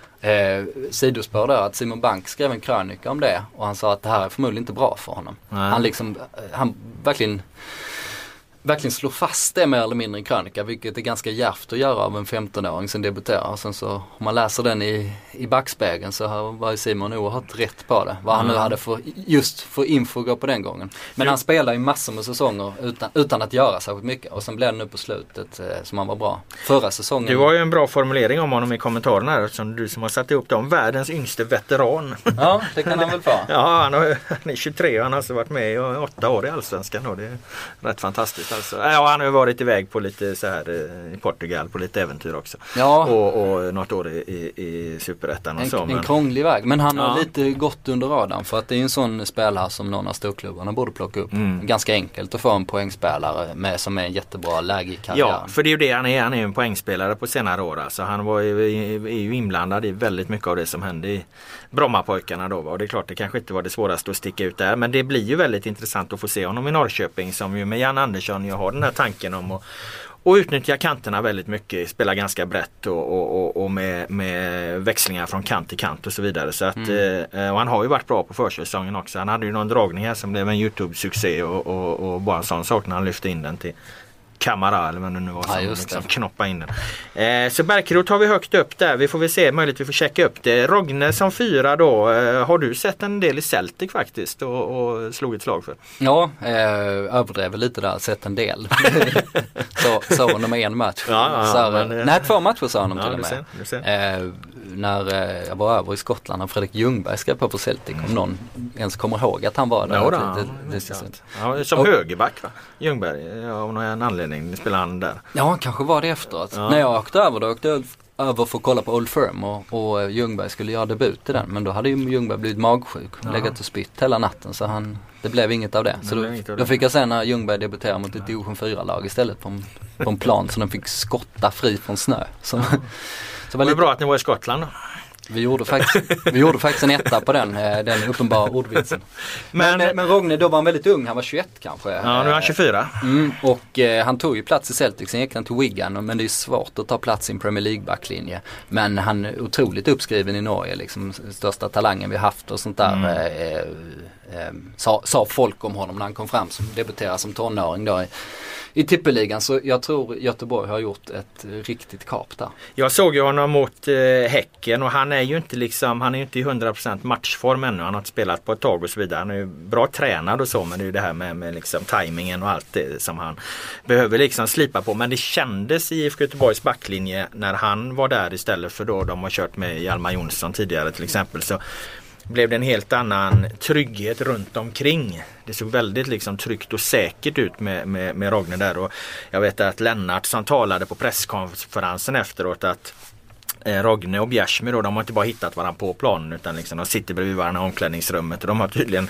Eh, sidospår där att Simon Bank skrev en krönika om det, och han sa att det här är förmodligen inte bra för honom. Nej. Han liksom, han verkligen verkligen slår fast det mer eller mindre i krönika, vilket är ganska djärvt att göra av en femtonåring som debuterar. Och sen så, om man läser den i, i backspegeln, så var ju Simon oerhört rätt på det. Vad han mm. nu hade för, just för info på den gången. Men jo. han spelar ju massor med säsonger utan, utan att göra särskilt mycket. Och sen blev det nu på slutet eh, som han var bra. Förra säsongen. Du har ju en bra formulering om honom i kommentarerna här, som du som har satt ihop dem. Världens yngste veteran. Ja, det kan han väl få. Ja, han, har, han är tjugotre och han har alltså varit med i åtta år i Allsvenskan. Och det är rätt fantastiskt. Alltså. Ja, han har varit iväg på lite så här i Portugal på lite äventyr också. Ja. Och, och något år i, i, i Superettan och en, så. Men... En krånglig väg. Men han har ja. lite gått under radarn, för att det är en sån spelare som någon av storklubbarna borde plocka upp. Mm. Ganska enkelt att få en poängspelare med, som är en jättebra läge i karriären. Ja, för det är ju det han är. Han är en poängspelare på senare år. Alltså, han var ju, är ju inblandad i väldigt mycket av det som hände i Brommapojkarna då. Och det är klart, det kanske inte var det svåraste att sticka ut där. Men det blir ju väldigt intressant att få se honom i Norrköping, som ju med Jan Andersson ju har den här tanken om att och utnyttja kanterna väldigt mycket, spela ganska brett och, och, och, och med, med växlingar från kant till kant och så vidare. Så att, mm. eh, och han har ju varit bra på försäsongen också. Han hade ju någon dragning här som blev en YouTube-succé och, och, och bara en sån sak när han lyfte in den till Kamara eller vad det nu var som ja, liksom knoppa in den. Eh, så Bärkroth har vi högt upp där. Vi får väl se, möjligt vi får checka upp det. Rogne som fyra då. Eh, har du sett en del i Celtic faktiskt och, och slog ett slag för? Ja, eh, överdrev lite där. Sett en del. så sa honom en match. Ja, ja, så, men, nej, två matcher sa honom ja, till och med. Ser, du ser. Eh, när eh, jag var över i Skottland och Fredrik Ljungberg skrev på på Celtic, om någon ens kommer ihåg att han var där. Ja, då, det, det, det, det, ja, som och, högerback va? Ljungberg, av någon anledning spelar han där. Ja, kanske var det efteråt. Ja. När jag åkte över då åkte jag över för att kolla på Old Firm och, och Ljungberg skulle göra debut i den, men då hade ju Ljungberg blivit magsjuk och ja. legat och spytt hela natten, så han, det blev inget av det. Så det då, då fick jag sen när Ljungberg debuterade mot ett division fyra-lag istället på en, på en plan så de fick skotta fri från snö. Så, ja. så var det var lite bra att ni var i Skottland då. Vi gjorde faktiskt, vi gjorde faktiskt en etta på den, den uppenbara ordvitsen. Men, men, men Rogne, då var han väldigt ung, han var tjugoett kanske. Ja, nu är han tjugofyra. Mm, och eh, han tog ju plats i Celtic, sen gick han till Wigan, men det är svårt att ta plats i en Premier League-backlinje. Men han är otroligt uppskriven i Norge, liksom största talangen vi haft och sånt där. Mm. Eh, eh, sa, sa folk om honom när han kom fram som debuterade som tonåring då i, i tippeligan. Så jag tror Göteborg har gjort ett riktigt kap där. Jag såg ju honom mot eh, Häcken och han är ju inte liksom, han är ju inte i hundra procent matchform ännu. Han har inte spelat på ett tag och så vidare. Han är ju bra tränad och så, men det är ju det här med, med liksom tajmingen och allt det som han behöver liksom slipa på. Men det kändes i I F K Göteborgs backlinje när han var där istället för då de har kört med Hjalmar Jonsson tidigare till exempel, så blev det en helt annan trygghet runt omkring. Det såg väldigt liksom tryggt och säkert ut med, med, med Rogne där. Och jag vet att Lennart som talade på presskonferensen efteråt att eh, Rogne och Bjärsmyr då, de har inte bara hittat varandra på planen utan liksom de sitter bredvid varandra i omklädningsrummet och de har tydligen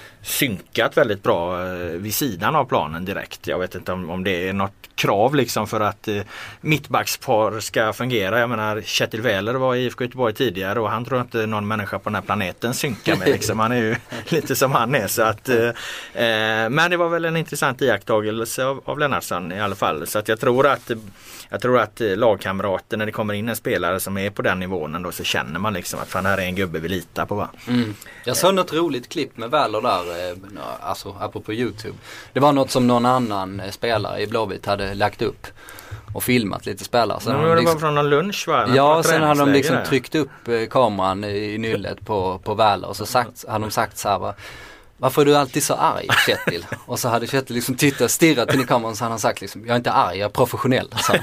synkat väldigt bra eh, vid sidan av planen direkt. Jag vet inte om, om det är något krav liksom för att eh, mittbackspar ska fungera. Jag menar, Kjetil Wähler var i I F K Göteborg tidigare och han tror inte någon människa på den här planeten synkar med. Liksom. Han är ju lite som han är. Så att, eh, eh, men det var väl en intressant iakttagelse av, av Lennartsson i alla fall. Så att jag tror att jag tror att lagkamrater, när det kommer in en spelare som är på den nivån ändå, så känner man liksom att fan, här är en gubbe vi litar på, va? Mm. Jag såg något roligt klipp med Wähler där, alltså apropå YouTube. Det var något som någon annan spelare i Blåvitt hade lagt upp och filmat lite spelare. Sen mm, det liksom, var från någon lunch, va? Ja, sen hade de liksom där. tryckt upp kameran i nyllet på, på Wähler och så sagt, hade de sagt så här, va, varför är du alltid så arg, Kjetil? Och så hade Kjetil liksom tittat, stirrat in i kameran, så hade han sagt liksom, jag är inte arg, jag är professionell. Så.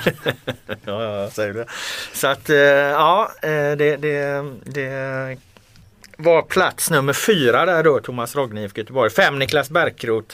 ja, ja, säger det. Så att, ja, det, det, det var plats nummer fyra där då, Thomas Rogne, I F K Göteborg. Fem, Niklas Bärkroth,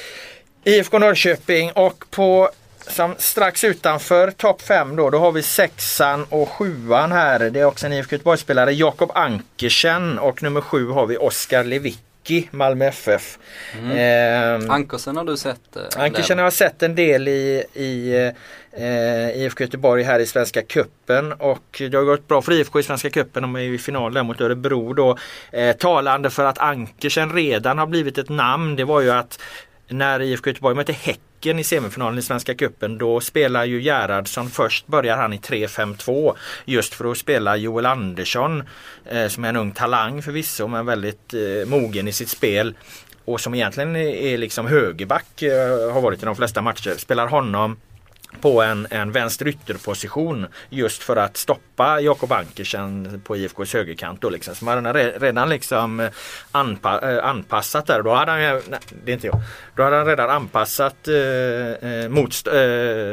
I F K Norrköping, och på som strax utanför topp fem då, då har vi sexan och sjuan här. Det är också en I F K Göteborg-spelare, Jakob Ankersen, och nummer sju har vi Oskar Lewicki, Malmö F F. Mm. Eh, Ankersen har du sett? Eh, Ankersen har jag sett en del i, i eh, I F K Göteborg här i Svenska Cupen, och det har gått bra för I F K i Svenska Cupen. De är ju i final där mot Örebro då. Eh, talande för att Ankersen redan har blivit ett namn, det var ju att när I F K Göteborg mötte Häcken i semifinalen i Svenska Cupen, då spelar ju Gerhardsson först, börjar han i tre fem två just för att spela Joel Andersson eh, som är en ung talang förvisso, men väldigt eh, mogen i sitt spel och som egentligen är, är liksom högerback, eh, har varit i de flesta matcher. Spelar honom på en, en vänsterytterposition just för att stoppa Jakob Ankersen på I F K:s högerkant då liksom. Så man hade redan liksom anpa, anpassat där. Då hade han, nej, det är inte jag. Då hade han redan anpassat eh, motst, eh,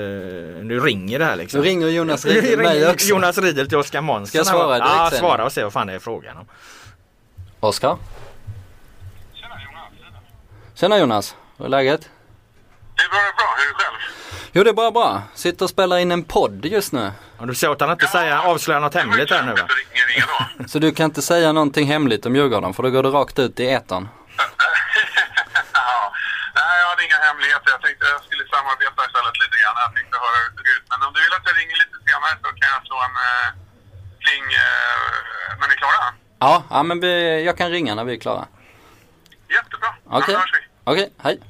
nu ringer det här liksom. Nu ringer Jonas Riedel mig också. Jonas Riedel till Oskar Månsson. Ska jag svara direkt? Ja, svara och se vad fan det är frågan om. Oskar? Tjena Jonas. Tjena Jonas, hur är läget? Det är bara bra, hur är det själv? Jo, det är bara bra. Sitter och spelar in en podd just nu. Och du sa att han inte ja, säga avslöja något hemligt här nu, va? Så du kan inte säga någonting hemligt om Djurgården, för då går det rakt ut i etern. ja, nej, jag hade inga hemligheter. Jag tänkte jag skulle samarbeta istället lite grann. Jag tänkte höra hur det såg ut. Men om du vill att jag ringer lite senare så kan jag slå en uh, pling uh, när ni är klara. Ja, ja men vi, jag kan ringa när vi är klara. Jättebra. Okej, okay. Okej, okay, hej.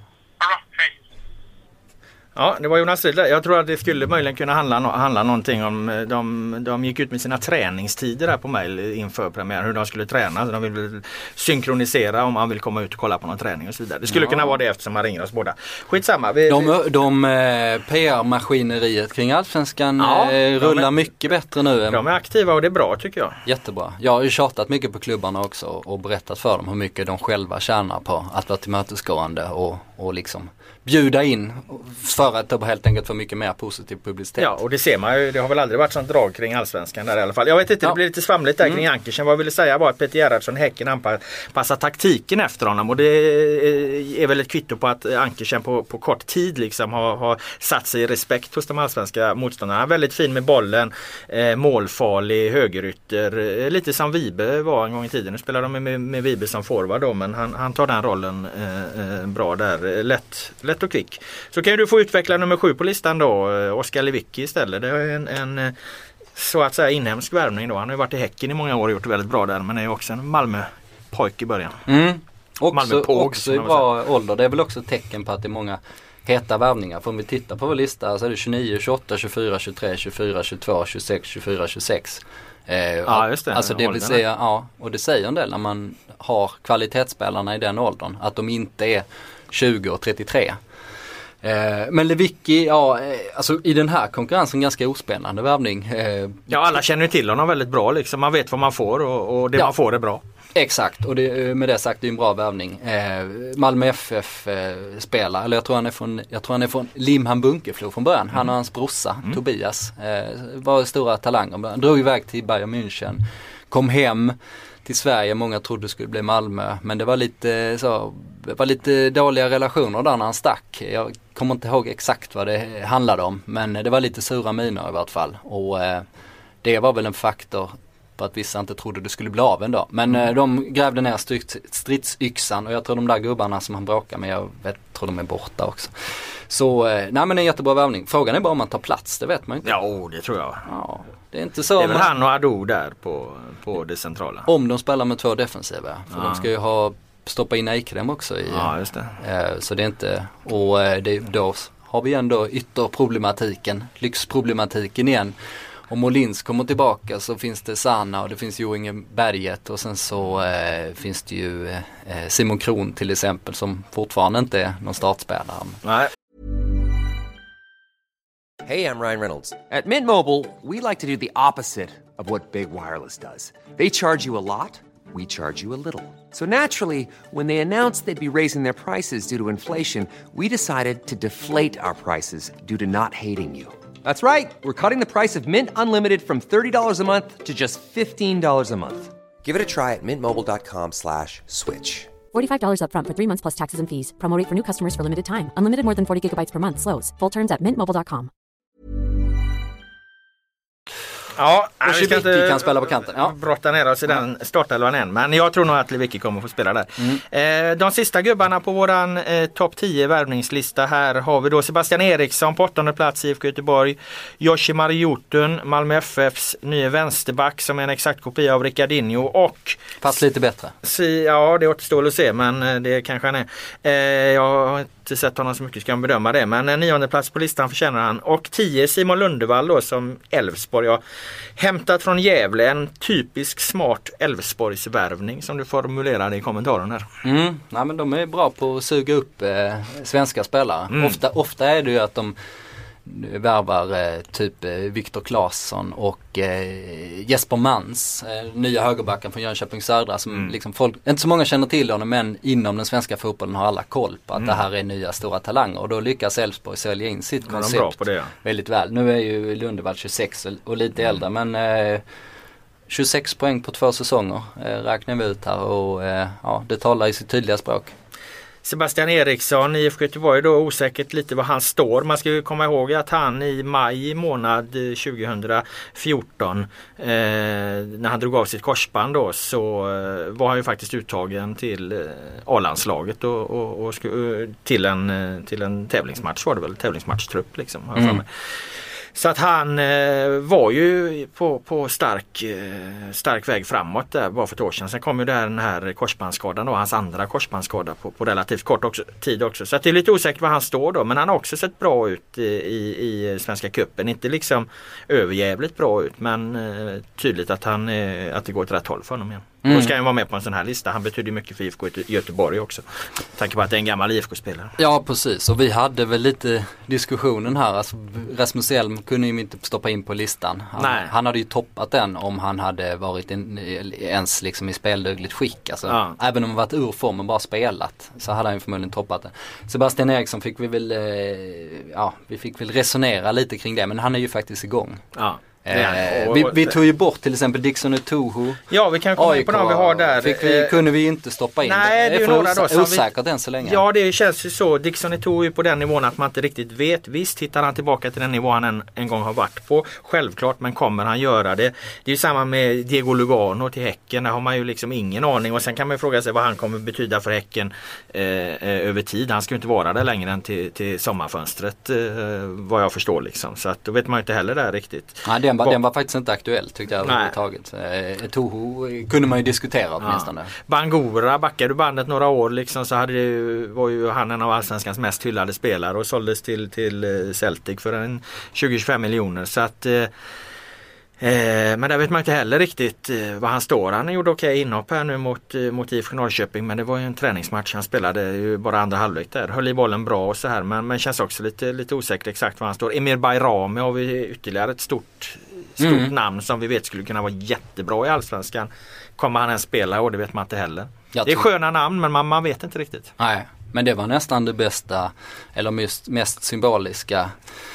Ja, det var Jonas Riedel. Jag tror att det skulle möjligen kunna handla, handla någonting om, de, de gick ut med sina träningstider här på mejl inför premiären, hur de skulle träna. De vill väl synkronisera om man vill komma ut och kolla på någon träning och så vidare. Det skulle ja. kunna vara det eftersom man ringer oss båda. Skitsamma. Vi, de de eh, P R-maskineriet kring Allsvenskan ja, eh, rullar är, mycket bättre nu. Än... De är aktiva och det är bra, tycker jag. Jättebra. Jag har ju tjatat mycket på klubbarna också och berättat för dem hur mycket de själva tjänar på att vara tillmötesgående och, och liksom bjuda in för att det helt enkelt för mycket mer positiv publicitet. Ja, och det ser man ju. Det har väl aldrig varit sånt drag kring Allsvenskan där i alla fall. Jag vet inte, ja. det blir lite svamligt där mm. kring Ankersen. Vad jag ville säga var att Peter Gerhardsson, Häcken, anpassar taktiken efter honom. Och det är väl ett kvitto på att Ankersen på, på kort tid liksom har, har satt sig i respekt hos de allsvenska motståndarna. Väldigt fin med bollen, eh, målfarlig, högerytter. Eh, lite som Vibe var en gång i tiden. Nu spelar de med, med Vibe som forward då, men han, han tar den rollen eh, bra där. Lätt, lätt och kvick. Så kan du få utveckla nummer sju på listan då, Oskar Lewicki istället. Det är en, en så att säga inhemsk värvning då. Han har ju varit i Häcken i många år och gjort det väldigt bra där, men är ju också en Malmö-pojk i början. Mm. Också, Malmö-påg, också i bra ålder. Det är väl också ett tecken på att det är många heta värvningar. För om vi tittar på vår lista så är det tjugonio, tjugoåtta, tjugofyra, tjugotre, tjugofyra, tjugotvå, tjugosex, tjugofyra, tjugosex. Eh, ja, just det. Alltså det vill säga, ja, och det säger en del när man har kvalitetsspelarna i den åldern. Att de inte är tjugo och trettiotre. Eh, men Lewicki, ja, eh, alltså i den här konkurrensen ganska ospännande värvning. Eh, ja, alla känner ju till honom väldigt bra liksom. Man vet vad man får och, och det ja. man får är bra. Exakt, och det, med det sagt det är en bra värvning. Eh, Malmö F F eh, spelar, eller jag tror han är från, jag tror han är från Limhamn Bunkeflo från början. Mm. Han och hans brorsa mm. Tobias eh, var stora talanger. Han drog iväg till Bayern München, kom hem till Sverige. Många trodde det skulle bli Malmö, men det var lite så, det var lite dåliga relationer där när han stack. Jag kommer inte ihåg exakt vad det handlade om, men det var lite sura miner i vart fall. Och eh, det var väl en faktor på att vissa inte trodde det skulle bli av ändå. Men mm. de grävde ner stridsyxan och jag tror de där gubbarna som han bråkar med, jag vet, tror de är borta också. Så, nej men en jättebra värvning. Frågan är bara om man tar plats, det vet man inte. Ja, det tror jag. Ja, det är inte så. Det är väl man... han och Ado där på, på det centrala. Om de spelar med två defensiva, för ja. de ska ju ha stoppa in Eikrem också i. Ja, just det. Eh, så det är inte, och det, då har vi ändå ytterproblematiken, lyxproblematiken igen. Om Molins kommer tillbaka så finns det Sanna och det finns ju Inge Berget och sen så eh, finns det ju eh, Simon Kron till exempel som fortfarande inte är någon startspelare. Nej. Hey, I'm Ryan Reynolds. At Mint Mobile, we like to do the opposite of what Big Wireless does. They charge you a lot, we charge you a little. So naturally, when they announced they'd be raising their prices due to inflation, we decided to deflate our prices due to not hating you. That's right. We're cutting the price of Mint Unlimited from thirty dollars a month to just fifteen dollars a month. Give it a try at mintmobile.com slash switch. forty-five dollars up front for three months plus taxes and fees. Promo rate for new customers for limited time. Unlimited more than forty gigabytes per month. Slows full terms at mint mobile dot com. Ja, och Lewicki kan spela på kanten. Ja. Brotta ner oss i den startelvan än. Men jag tror nog att Lewicki kommer få spela där. Mm. Eh, de sista gubbarna på våran eh, topp tio värvningslista här har vi då Sebastian Eriksson på åttonde plats i I F K Göteborg. Yoshimar Jotun, Malmö F F:s nya vänsterback som är en exakt kopia av Ricardinho och... Fast lite bättre. Si, ja, det återstår att se, men det kanske han är. Eh, jag har inte sett honom så mycket, ska man bedöma det. Men en nionde plats på listan förtjänar han. Och tio Simon Lundevall då som Elfsborg. Jag hämtat från Gävle, en typisk smart Elfsborgsvärvning som du formulerade i kommentaren här. Mm, nej, men de är bra på att suga upp eh, svenska spelare. Mm. Ofta, ofta är det ju att de värvar eh, typ eh, Viktor Claesson och eh, Jesper Mans, eh, nya högerbacken från Jönköping Södra som mm. liksom folk, inte så många känner till honom, men inom den svenska fotbollen har alla koll på att mm. det här är nya stora talanger och då lyckas Elfsborg sälja in sitt ja, koncept bra på det, ja. väldigt väl. Nu är ju Lundevall tjugosex och, och lite mm. äldre, men eh, tjugosex poäng på två säsonger eh, räknar vi ut här och eh, ja, det talar i sitt tydliga språk. Sebastian Eriksson i I F K Göteborg då, osäkert lite var han står. Man ska ju komma ihåg att han i maj månad tjugohundrafjorton eh, när han drog av sitt korsband då, så eh, var han ju faktiskt uttagen till eh, A-landslaget och, och, och sku, till, en, till en tävlingsmatch var det väl, tävlingsmatchtrupp liksom. Mm. Så att han eh, var ju på, på stark, eh, stark väg framåt där bara för ett år sedan. Sen kom ju där den här korsbandsskadan då, hans andra korsbandsskada på, på relativt kort också, tid också. Så att det är lite osäkert var han står då, men han har också sett bra ut i, i, i Svenska cupen. Inte liksom överjävligt bra ut, men eh, tydligt att, han, eh, att det går åt rätt håll för honom igen. Mm. Då ska han vara med på en sån här lista. Han betyder mycket för I F K Göteborg också. Tack på att det är en gammal I F K-spelare. Ja, precis. Och vi hade väl lite diskussionen här. Alltså, Rasmus Elm kunde ju inte stoppa in på listan. Han, Nej. han hade ju toppat den om han hade varit en, ens liksom i speldugligt skick. Alltså, ja. Även om han varit ur form och bara spelat så hade han ju förmodligen toppat den. Sebastian Eriksson fick vi väl, eh, ja, vi fick väl resonera lite kring det. Men han är ju faktiskt igång. Ja. Eh, vi, vi tog ju bort till exempel Dixon och Toho. Ja, vi kan komma in på dem vi har där. Fick vi, kunde vi inte stoppa in. Nej, det är, det är några osa- då osäkert än så länge. Ja, det känns ju så. Dixon och Toho är på den nivån att man inte riktigt vet. Visst hittar han tillbaka till den nivå han en, en gång har varit på. Självklart, men kommer han göra det? Det är ju samma med Diego Lugano till Häcken. Där har man ju liksom ingen aning. Och sen kan man ju fråga sig vad han kommer betyda för Häcken eh, över tid. Han ska ju inte vara där längre än till, till sommarfönstret, eh, vad jag förstår liksom. Så att då vet man ju inte heller där riktigt. Ja, det den, var, den var faktiskt inte aktuell tyckte jag överhuvudtaget. Eh, Toho kunde man ju diskutera åtminstone. Ja. Bangura, backar du bandet några år liksom, så hade det, var ju han en av allsvenskans mest hyllade spelare och såldes till, till Celtic för en tjugo till tjugofem miljoner. Så att eh, Eh, men där vet man inte heller riktigt eh, vad han står. Han gjorde okej okay inhopp här nu mot, eh, mot I F K Norrköping, men det var ju en träningsmatch. Han spelade ju bara andra halvlek där. Höll i bollen bra och så här, men, men känns också lite, lite osäkert exakt var han står. Emir Bayrami har vi ytterligare ett stort, stort mm. namn som vi vet skulle kunna vara jättebra i Allsvenskan. Kommer han ens spela och det vet man inte heller. Jag det är tror... sköna namn, men man, man vet inte riktigt. Nej, men det var nästan det bästa eller mest, mest symboliska.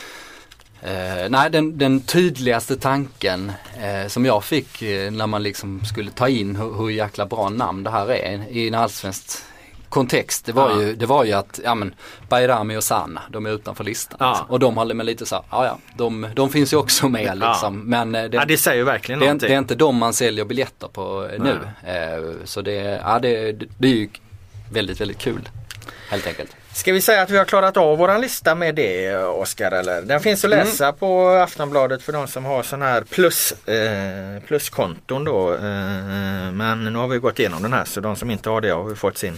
Eh, nej, den, den tydligaste tanken eh, som jag fick eh, när man liksom skulle ta in hur, hur jäkla bra namn det här är i en allsvensk kontext, det var, ja. ju, det var ju att ja, men, Bayrami och Sanna, de är utanför listan. Ja. Liksom. Och de håller med lite så här, ja ja, de, de finns ju också med liksom. Ja. Men eh, det, ja, det säger ju verkligen det, någonting. Det är inte de man säljer biljetter på eh, nu. Eh, så det, ja, det, det är ju väldigt, väldigt kul. Helt enkelt. Ska vi säga att vi har klarat av våran lista med det, Oskar, eller? Den finns att läsa mm. på Aftonbladet för de som har sån här plus, eh, pluskonton då. Eh, men nu har vi gått igenom den här, så de som inte har det har fått sin,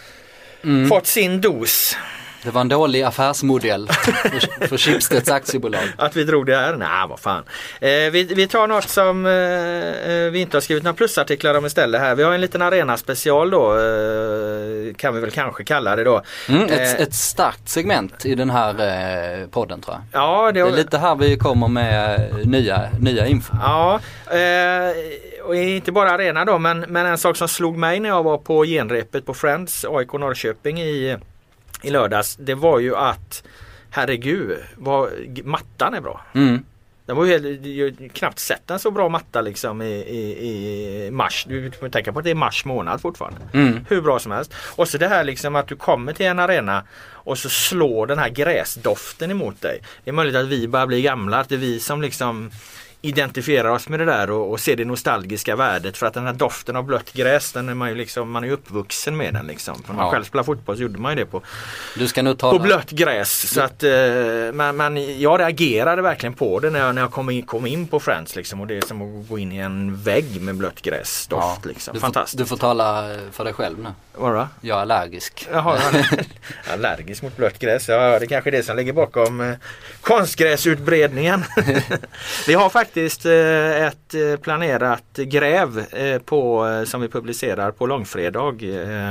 mm. fått sin dos. Det var en dålig affärsmodell för, för Schibsteds aktiebolag. Att vi drog det här? Nej, vad fan. Eh, vi, vi tar något som eh, vi inte har skrivit några plusartiklar om istället här. Vi har en liten arena special då, eh, kan vi väl kanske kalla det då. Mm, ett, eh, ett starkt segment i den här eh, podden tror jag. Ja, det, det är lite här vi kommer med nya, nya info. Ja, eh, och inte bara arena då, men, men en sak som slog mig när jag var på genrepet på Friends, A I K Norrköping i i lördags, det var ju att herregud, vad, mattan är bra. Mm. Det var ju, ju knappt sett en så bra matta liksom i, i, i mars. Du får tänka på att det är mars månad fortfarande. Mm. Hur bra som helst. Och så det här liksom att du kommer till en arena och så slår den här gräsdoften emot dig. Det är möjligt att vi bara blir gamla, att det är vi som liksom identifierar oss med det där och, och ser det nostalgiska värdet, för att den här doften av blött gräs, den är man ju liksom, man är ju uppvuxen med den liksom. För när man ja. själv spelade fotboll så gjorde man ju det på, du ska nu tala. på blött gräs. Så att, eh, men, men jag reagerade verkligen på det när jag, när jag kom, in, kom in på Friends liksom, och det är som att gå in i en vägg med blött gräs doft ja. liksom. Du fantastiskt. Får, du får tala för dig själv nu. Vadå? Jag är allergisk. Jaha, allergisk mot blött gräs. Ja, det är kanske är det som ligger bakom eh, konstgräsutbredningen. Vi har faktiskt ett planerat gräv på, som vi publicerar på långfredag,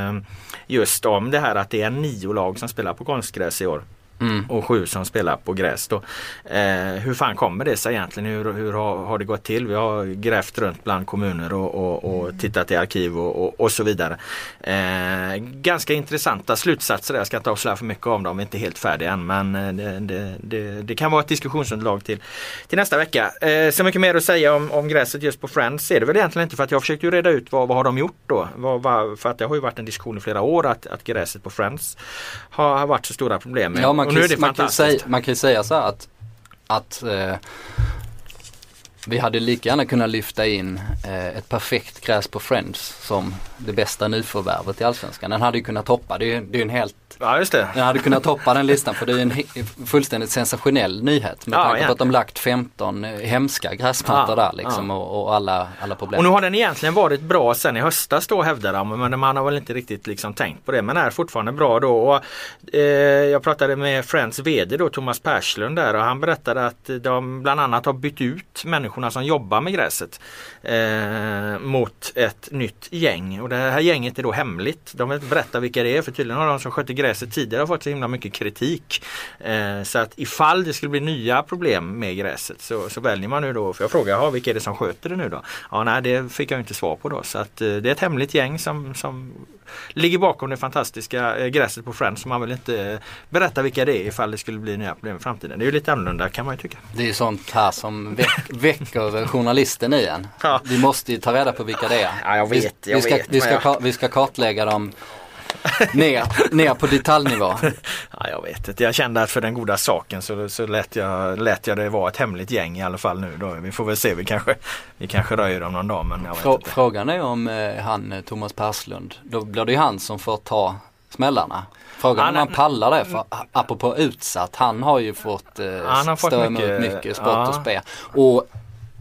just om det här att det är nio lag som spelar på konstgräs i år. Mm. Och sju som spelar på gräs då. Eh, hur fan kommer det sig egentligen? Hur, hur har, har det gått till? Vi har grävt runt bland kommuner och, och, och tittat i arkiv och, och, och så vidare. Eh, ganska intressanta slutsatser. Jag ska inte avslöja för mycket om dem, vi är inte helt färdiga än, men det, det, det, det kan vara ett diskussionsunderlag till, till nästa vecka. Eh, så mycket mer att säga om, om gräset just på Friends är det väl egentligen inte, för att jag försökte ju reda ut vad, vad har de gjort då? Vad, vad, för att det har ju varit en diskussion i flera år att, att gräset på Friends har, har varit så stora problem med. Ja, man, kan, man, kan säga, man kan ju säga så här att, att eh, vi hade lika gärna kunnat lyfta in eh, ett perfekt gräs på Friends som det bästa nyförvärvet i Allsvenskan. Den hade ju kunnat toppa, det är ju det är en helt ja, just det. Den hade kunnat toppa den listan, för det är en he- fullständigt sensationell nyhet med ja, tanke på att de lagt femton hemska gräsmattor ja, där liksom ja. och, och alla, alla problem. Och nu har den egentligen varit bra sen i höstas då, hävdar de, men man har väl inte riktigt liksom tänkt på det, men är fortfarande bra då. Och, eh, jag pratade med Friends vd då, Thomas Perslund där, och han berättade att de bland annat har bytt ut människorna som jobbar med gräset eh, mot ett nytt gäng, och det här gänget är då hemligt. De vill inte berätta vilka det är, för tydligen har de som sköter gräset tidigare har fått så himla mycket kritik. Eh, så att ifall det skulle bli nya problem med gräset så, så väljer man nu då, för jag frågar, ja, vilka är det som sköter det nu då? Ja, nej, det fick jag inte svar på då. Så att eh, det är ett hemligt gäng som, som ligger bakom det fantastiska eh, gräset på Friends, som man vill inte berätta vilka det är ifall det skulle bli nya problem i framtiden. Det är ju lite annorlunda, kan man ju tycka. Det är ju sånt här som väck, väcker journalisten igen. Ja. Vi måste ju ta reda på vilka det är. Ja, jag vet, jag vi, ska, vet, vi, ska, jag... vi ska kartlägga dem ner, ner på detaljnivå. Ja, jag vet inte. Jag kände att för den goda saken så, så lät, jag, lät jag det vara ett hemligt gäng i alla fall nu då. Vi får väl se, vi kanske, vi kanske röjer dem någon dag, men jag vet Frå, inte. Frågan är om eh, han Thomas Perslund, då blir det ju han som får ta smällarna. Frågan han, om han pallar det, för apropå utsatt, han har ju fått, eh, han har fått stå mycket, emot mycket spott ja. och spe. Och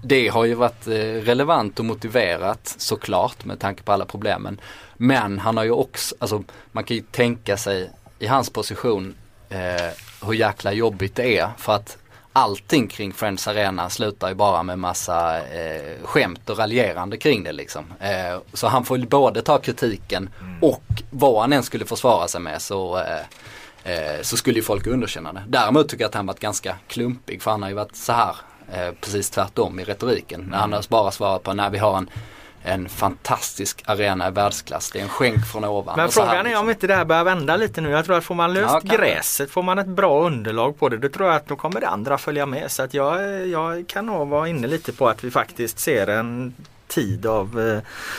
det har ju varit relevant och motiverat såklart med tanke på alla problemen. Men han har ju också, alltså man kan ju tänka sig i hans position eh, hur jäkla jobbigt det är. För att allting kring Friends Arena slutar ju bara med massa eh, skämt och raljerande kring det liksom. Eh, så han får både ta kritiken mm. och vad han än skulle försvara sig med så, eh, eh, så skulle ju folk underkänna det. Däremot tycker jag att han varit ganska klumpig, för han har ju varit så här eh, precis tvärtom i retoriken. Mm. När han har bara svarat på när vi har en En fantastisk arena i världsklass. Det är en skänk från ovan. Men frågan här, är liksom. om inte det här börjar vända lite nu. Jag tror att får man löst ja, gräset, får man ett bra underlag på det, då tror jag att då kommer det andra följa med. Så att jag, jag kan nog vara inne lite på att vi faktiskt ser en tid av eh,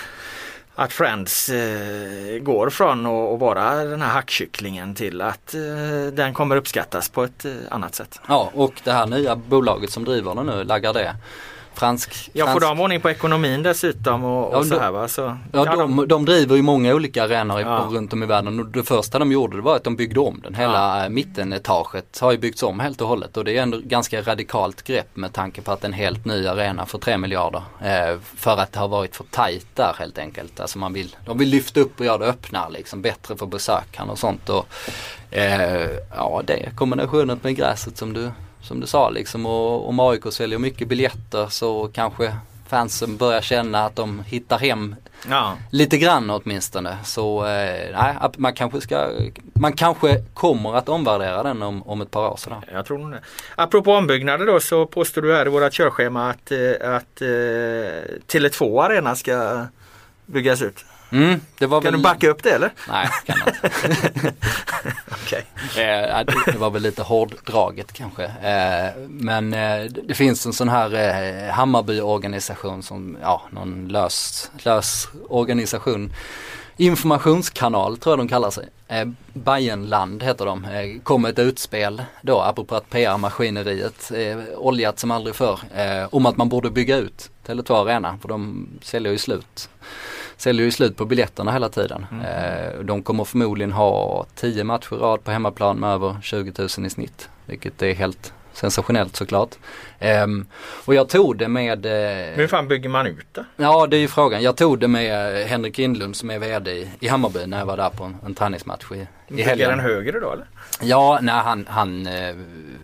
att Friends eh, går från att vara den här hackkycklingen till att eh, den kommer uppskattas på ett eh, annat sätt. Ja, och det här nya bolaget som driver den nu, Lagardère. Fransk, jag får fransk... de ordning på ekonomin dessutom och, och ja, så här va? Så, ja, ja de, de driver ju många olika arenor ja. runt om i världen, och det första de gjorde det var att de byggde om den. Hela ja. mittenetaget har ju byggts om helt och hållet, och det är ändå ganska radikalt grepp med tanke på att en helt ny arena för tre miljarder eh, för att det har varit för tajt där helt enkelt. Alltså man vill, de vill lyfta upp och göra det öppna liksom, bättre för besökarna och sånt, och eh, ja, det är kombinationen med gräset som du Som du sa liksom, och om A I K säljer mycket biljetter så kanske fansen börjar känna att de hittar hem ja. lite grann åtminstone. Så eh, nej, man kanske ska, man kanske kommer att omvärdera den om, om ett par år sådär. Jag tror det. Apropå ombyggnader då, så påstår du här i vårt körschema att, att eh, Tele två Arena ska byggas ut. Mm, det var kan väl... du backa upp det eller? Nej, kan jag inte. Okay. eh, det var väl lite hårddraget kanske. Eh, men eh, det finns en sån här eh, Hammarby-organisation som, ja, någon lös, lös organisation. Informationskanal tror jag de kallar sig. Eh, Bayernland heter de. Eh, kom ett utspel då, apropå att P R-maskineriet eh, oljat som aldrig förr, eh, om att man borde bygga ut Tele två Arena, för de säljer ju slut. Säljer ju slut på biljetterna hela tiden. Mm. Eh, de kommer förmodligen ha tio matcher i rad på hemmaplan med över tjugo tusen i snitt. Vilket är helt sensationellt såklart. Eh, och jag tog det med... Eh, Hur fan bygger man ut det? Ja, det är ju frågan. Jag tog det med Henrik Indlund som är vd i, i Hammarby när jag var där på en, en träningsmatch i, i helgen. Bygger den högre då eller? Ja, nej han... han eh,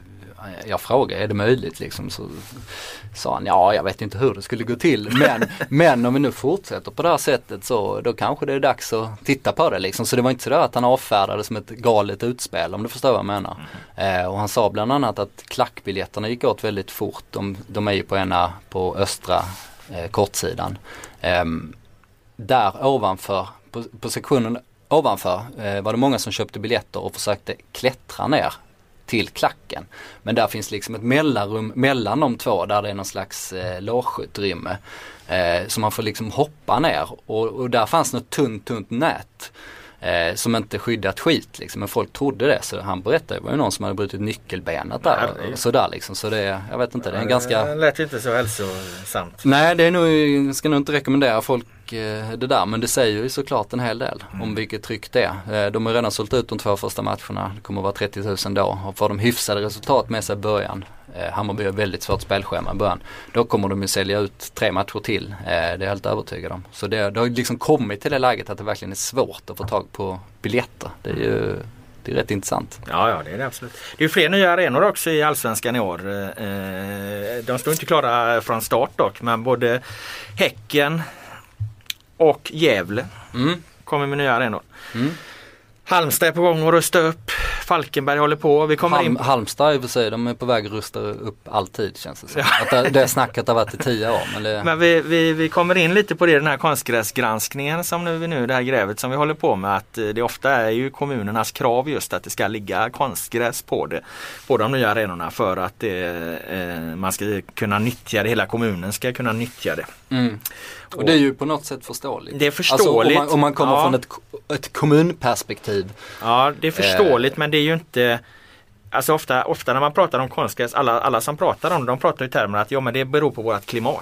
jag frågade, är det möjligt liksom, så sa han, ja jag vet inte hur det skulle gå till, men, men om vi nu fortsätter på det här sättet så då kanske det är dags att titta på det liksom. Så det var inte så där att han avfärdade som ett galet utspel, om du förstår vad jag menar. Mm. Eh, och han sa bland annat att klackbiljetterna gick åt väldigt fort, de, de är ju på ena på östra eh, kortsidan. Eh, där ovanför, på, på sektionen ovanför eh, var det många som köpte biljetter och försökte klättra ner till klacken. Men där finns liksom ett mellanrum mellan de två där det är någon slags eh, logeutrymme. Eh, så man får liksom hoppa ner. Och, och där fanns något tunt, tunt nät eh, som inte skyddat skit liksom. Men folk trodde det. Så han berättade, det var ju någon som hade brutit nyckelbenet där. Nej, och sådär liksom. Så det, jag vet inte, det är en ganska... Det lät inte så hälsosamt. Nej, det är nog, ska nog inte rekommendera folk det där, men det säger ju såklart en hel del mm. om vilket tryck det är. De har redan sålt ut de två första matcherna, det kommer att vara trettio tusen då, och får de hyfsade resultat med sig i början, eh, Hammarby har väldigt svårt spelschema i början, då kommer de ju sälja ut tre matcher till, eh, det är jag helt övertygad om. Så det, det har liksom kommit till det läget att det verkligen är svårt att få tag på biljetter. Det är ju det är rätt intressant. Ja, ja, det är det absolut. Det är ju fler nya arenor också i Allsvenskan i år. De står inte klara från start dock, men både Häcken och Gävle mm. kommer med nya arenor. Mm. Halmstad är på gång att rusta upp. Falkenberg håller på. Vi kommer Halm, in... Halmstad i och för sig, de är på väg att rusta upp alltid känns det som. Att det, det snacket har varit i tio år. Men, det... men vi, vi, vi kommer in lite på det, den här konstgräsgranskningen som nu, nu det här grävet som vi håller på med. Att det ofta är ju kommunernas krav just att det ska ligga konstgräs på det. På de nya arenorna för att det, eh, man ska kunna nyttja det. Hela kommunen ska kunna nyttja det. Mm. Och det är ju på något sätt förståeligt. Det är förståeligt. Alltså, om, man, om man kommer ja. från ett, ett kommunperspektiv. Ja, det är förståeligt, eh. men det är ju inte... Alltså ofta, ofta när man pratar om konstgräs, alla, alla som pratar om det, de pratar i termer att ja, men det beror på vårt klimat.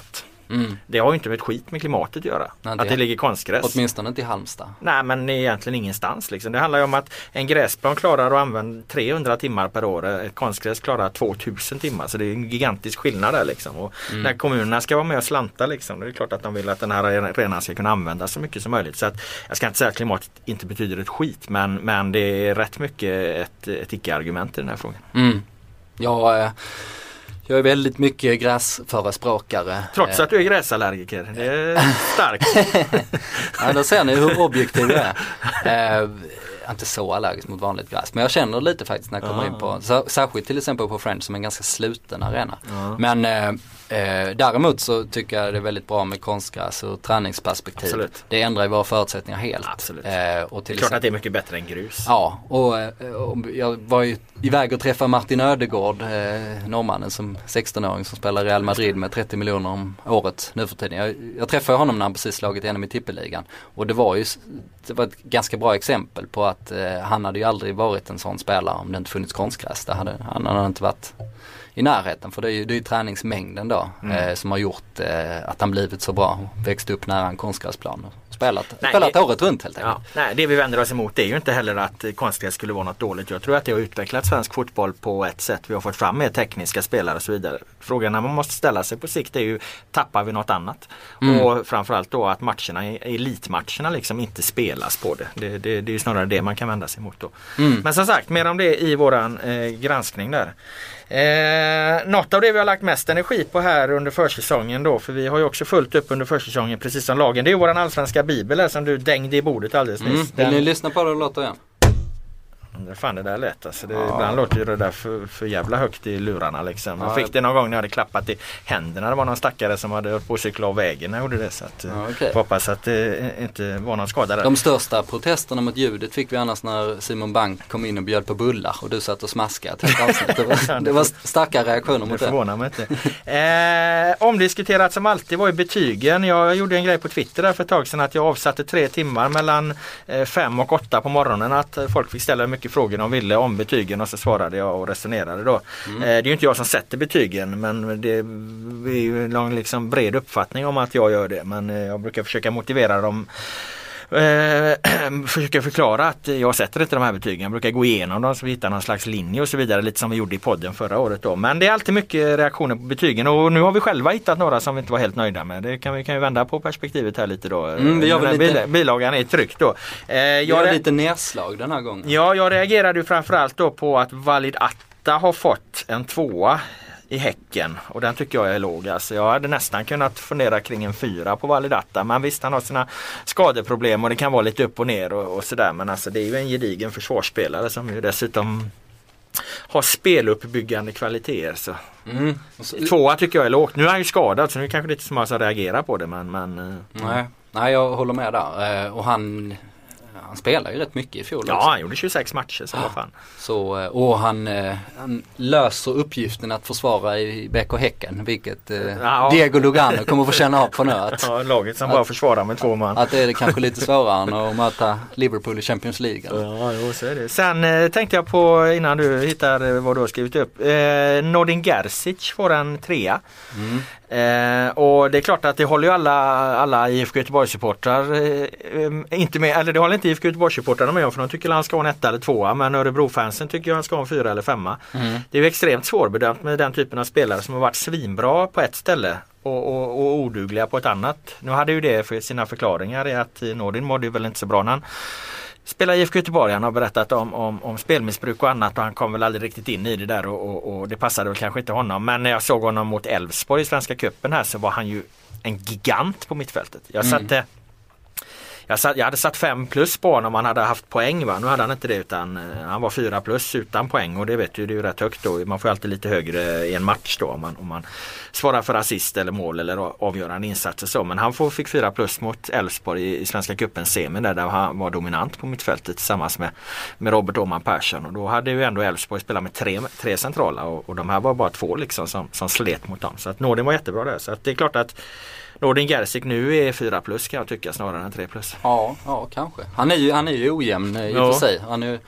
Mm. Det har ju inte med ett skit med klimatet att göra. Nej, att det ligger konstgräs. Åtminstone inte i Halmstad. Nej, men egentligen ingenstans. Liksom. Det handlar ju om att en gräsplan klarar att använda trehundra timmar per år. Ett konstgräs klarar tvåtusen timmar. Så det är en gigantisk skillnad där. Liksom. Och mm. när kommunerna ska vara med och slanta, liksom, det är klart att de vill att den här arenan ska kunna användas så mycket som möjligt. Så att, jag ska inte säga att klimatet inte betyder ett skit. Men, men det är rätt mycket ett, ett icke-argument i den här frågan. Mm. Ja, eh, jag är väldigt mycket gräsförespråkare. Trots att du är gräsallergiker. Det är starkt. Ja, då ser ni hur objektiv jag är. Eh, inte så allergisk mot vanligt gräs. Men jag känner lite faktiskt när jag kommer ja. in på, så, särskilt till exempel på Friends som är en ganska sluten arena. Ja. Men eh, eh, däremot så tycker jag det är väldigt bra med konstgräs och träningsperspektiv. Absolut. Det ändrar ju våra förutsättningar helt. Absolut. Eh, och till det är klart att det är mycket bättre än grus. Ja, och, och jag var ju iväg och träffade Martin Ödegård, eh, norrmannen som sexton-åring som spelar Real Madrid med trettio miljoner om året nu för tiden. Jag, jag träffade honom när han precis slagit igenom i tippeligan. Och det var ju det var ett ganska bra exempel på att eh, han hade ju aldrig varit en sån spelare om det inte funnits konstgräs. Det hade, han hade inte varit i närheten, för det är ju, det är ju träningsmängden då mm. eh, som har gjort eh, att han blivit så bra och växt upp nära en konstgräsplan och spelat, nej, spelat det, året runt helt enkelt. Ja, nej, det vi vänder oss emot är ju inte heller att konstgräs skulle vara något dåligt. Jag tror att det har utvecklat svensk fotboll på ett sätt. Vi har fått fram mer tekniska spelare och så vidare. Frågan man måste ställa sig på sikt är ju, tappar vi något annat? Mm. Och framförallt då att matcherna, elitmatcherna liksom inte spelas på det. Det, det, det är ju snarare det man kan vända sig emot då. Mm. Men som sagt, mer om det i våran eh, granskning där. Eh, något av det vi har lagt mest energi på här under försäsongen då, för vi har ju också fullt upp under försäsongen precis som lagen. Det är ju våran allsvenska bibel här som du dängde i bordet alldeles nyss. Mm. Vill ni lyssna på det och låta igen? Det fan det där lätt alltså. Det, ja. Ibland låter ju det där för, för jävla högt i lurarna liksom. Jag ja, fick det någon gång när jag hade klappat i händerna. Det var någon stackare som hade på att cykla av vägen när jag gjorde det. Så att, ja, okay. hoppas att det inte var någon skada där. De största protesterna mot ljudet fick vi annars när Simon Bank kom in och bjöd på bullar och du satt och smaskade till ett avsnitt. Det var, det var starka reaktioner mot det. Det förvånar mig inte. Eh, omdiskuterat som alltid var ju betygen. Jag gjorde en grej på Twitter där för ett tag sedan att jag avsatte tre timmar mellan eh, fem och åtta på morgonen att folk fick ställa mycket frågor de ville om betygen och så svarade jag och resonerade då. Mm. Eh, det är ju inte jag som sätter betygen, men det är ju en liksom bred uppfattning om att jag gör det, men eh, jag brukar försöka motivera dem. Eh, försöka förklara att jag sätter inte de här betygen. Jag brukar gå igenom dem så vi hittar någon slags linje och så vidare, lite som vi gjorde i podden förra året då. Men det är alltid mycket reaktioner på betygen och nu har vi själva hittat några som vi inte var helt nöjda med. Det kan vi kan ju vända på perspektivet här lite då. Mm, vi gör väl lite... Bil, bilagan är tryckt då. Eh, jag gör lite nedslag den här gången. Ja, jag reagerade ju framförallt då på att Valid Atta har fått en tvåa i Häcken och den tycker jag är låg. Alltså jag hade nästan kunnat fundera kring en fyra på Valid Atta, men visst han har sina skadeproblem och det kan vara lite upp och ner och, och sådär, men alltså det är ju en gedigen försvarsspelare som ju dessutom har speluppbyggande kvaliteter så. Mm. Tvåa tycker jag är lågt. Nu är han ju skadad så nu kanske det inte så många som reagerar på det, men, men nej. Nej, jag håller med där och han han spelar ju rätt mycket i fjol. Ja, också. Han gjorde tjugosex matcher så vad fan. Så, och han, han löser uppgiften att försvara i B K Häcken, vilket ja. Diego Lugano kommer få känna av på nu. Att, ja, laget som att, bara försvarar med två man. Att det är kanske lite svårare än att möta Liverpool i Champions League. Ja, jo, så är det. Sen eh, tänkte jag på, innan du hittar vad du har skrivit upp, eh, Nordin Gerzic får en trea. Mm. Eh, och det är klart att det håller ju alla, alla I F K Göteborgs-supportrar eh, inte med, eller det håller inte I F K Göteborgs-supportrarna med om, för de tycker att han ska ha en etta eller tvåa, men Örebro-fansen tycker att han ska ha en fyra eller femma. Mm. Det är ju extremt svårbedömt med den typen av spelare som har varit svinbra på ett ställe och, och, och odugliga på ett annat. Nu hade ju det för sina förklaringar i att Nordin mådde ju väl inte så bra när han spelar I F K Göteborg. Han har berättat om, om, om spelmissbruk och annat och han kom väl aldrig riktigt in i det där och, och, och det passade väl kanske inte honom. Men när jag såg honom mot Elfsborg i Svenska cupen här så var han ju en gigant på mittfältet. Jag Mm. satte Jag, satt, jag hade satt fem plus på honom om han hade haft poäng, va? Nu hade han inte det utan uh, han var fyra plus utan poäng och det vet du, det är ju rätt högt då. Man får alltid lite högre i en match då om man, om man svarar för assist eller mål eller avgörande insatser så. Men han får, fick fyra plus mot Elfsborg i, i Svenska cupen semi där, där han var dominant på mittfältet tillsammans med, med Robert Åhman Persson och då hade ju ändå Elfsborg spelat med tre, tre centrala och, och de här var bara två liksom som, som slet mot dem. Så att Nordin var jättebra där, så att det är klart att Nordin Gerzic nu är fyra plus kan jag tycka snarare än tre plus. Ja, ja kanske. Han är ju, han är ju ojämn i och ja. för sig. Han är ju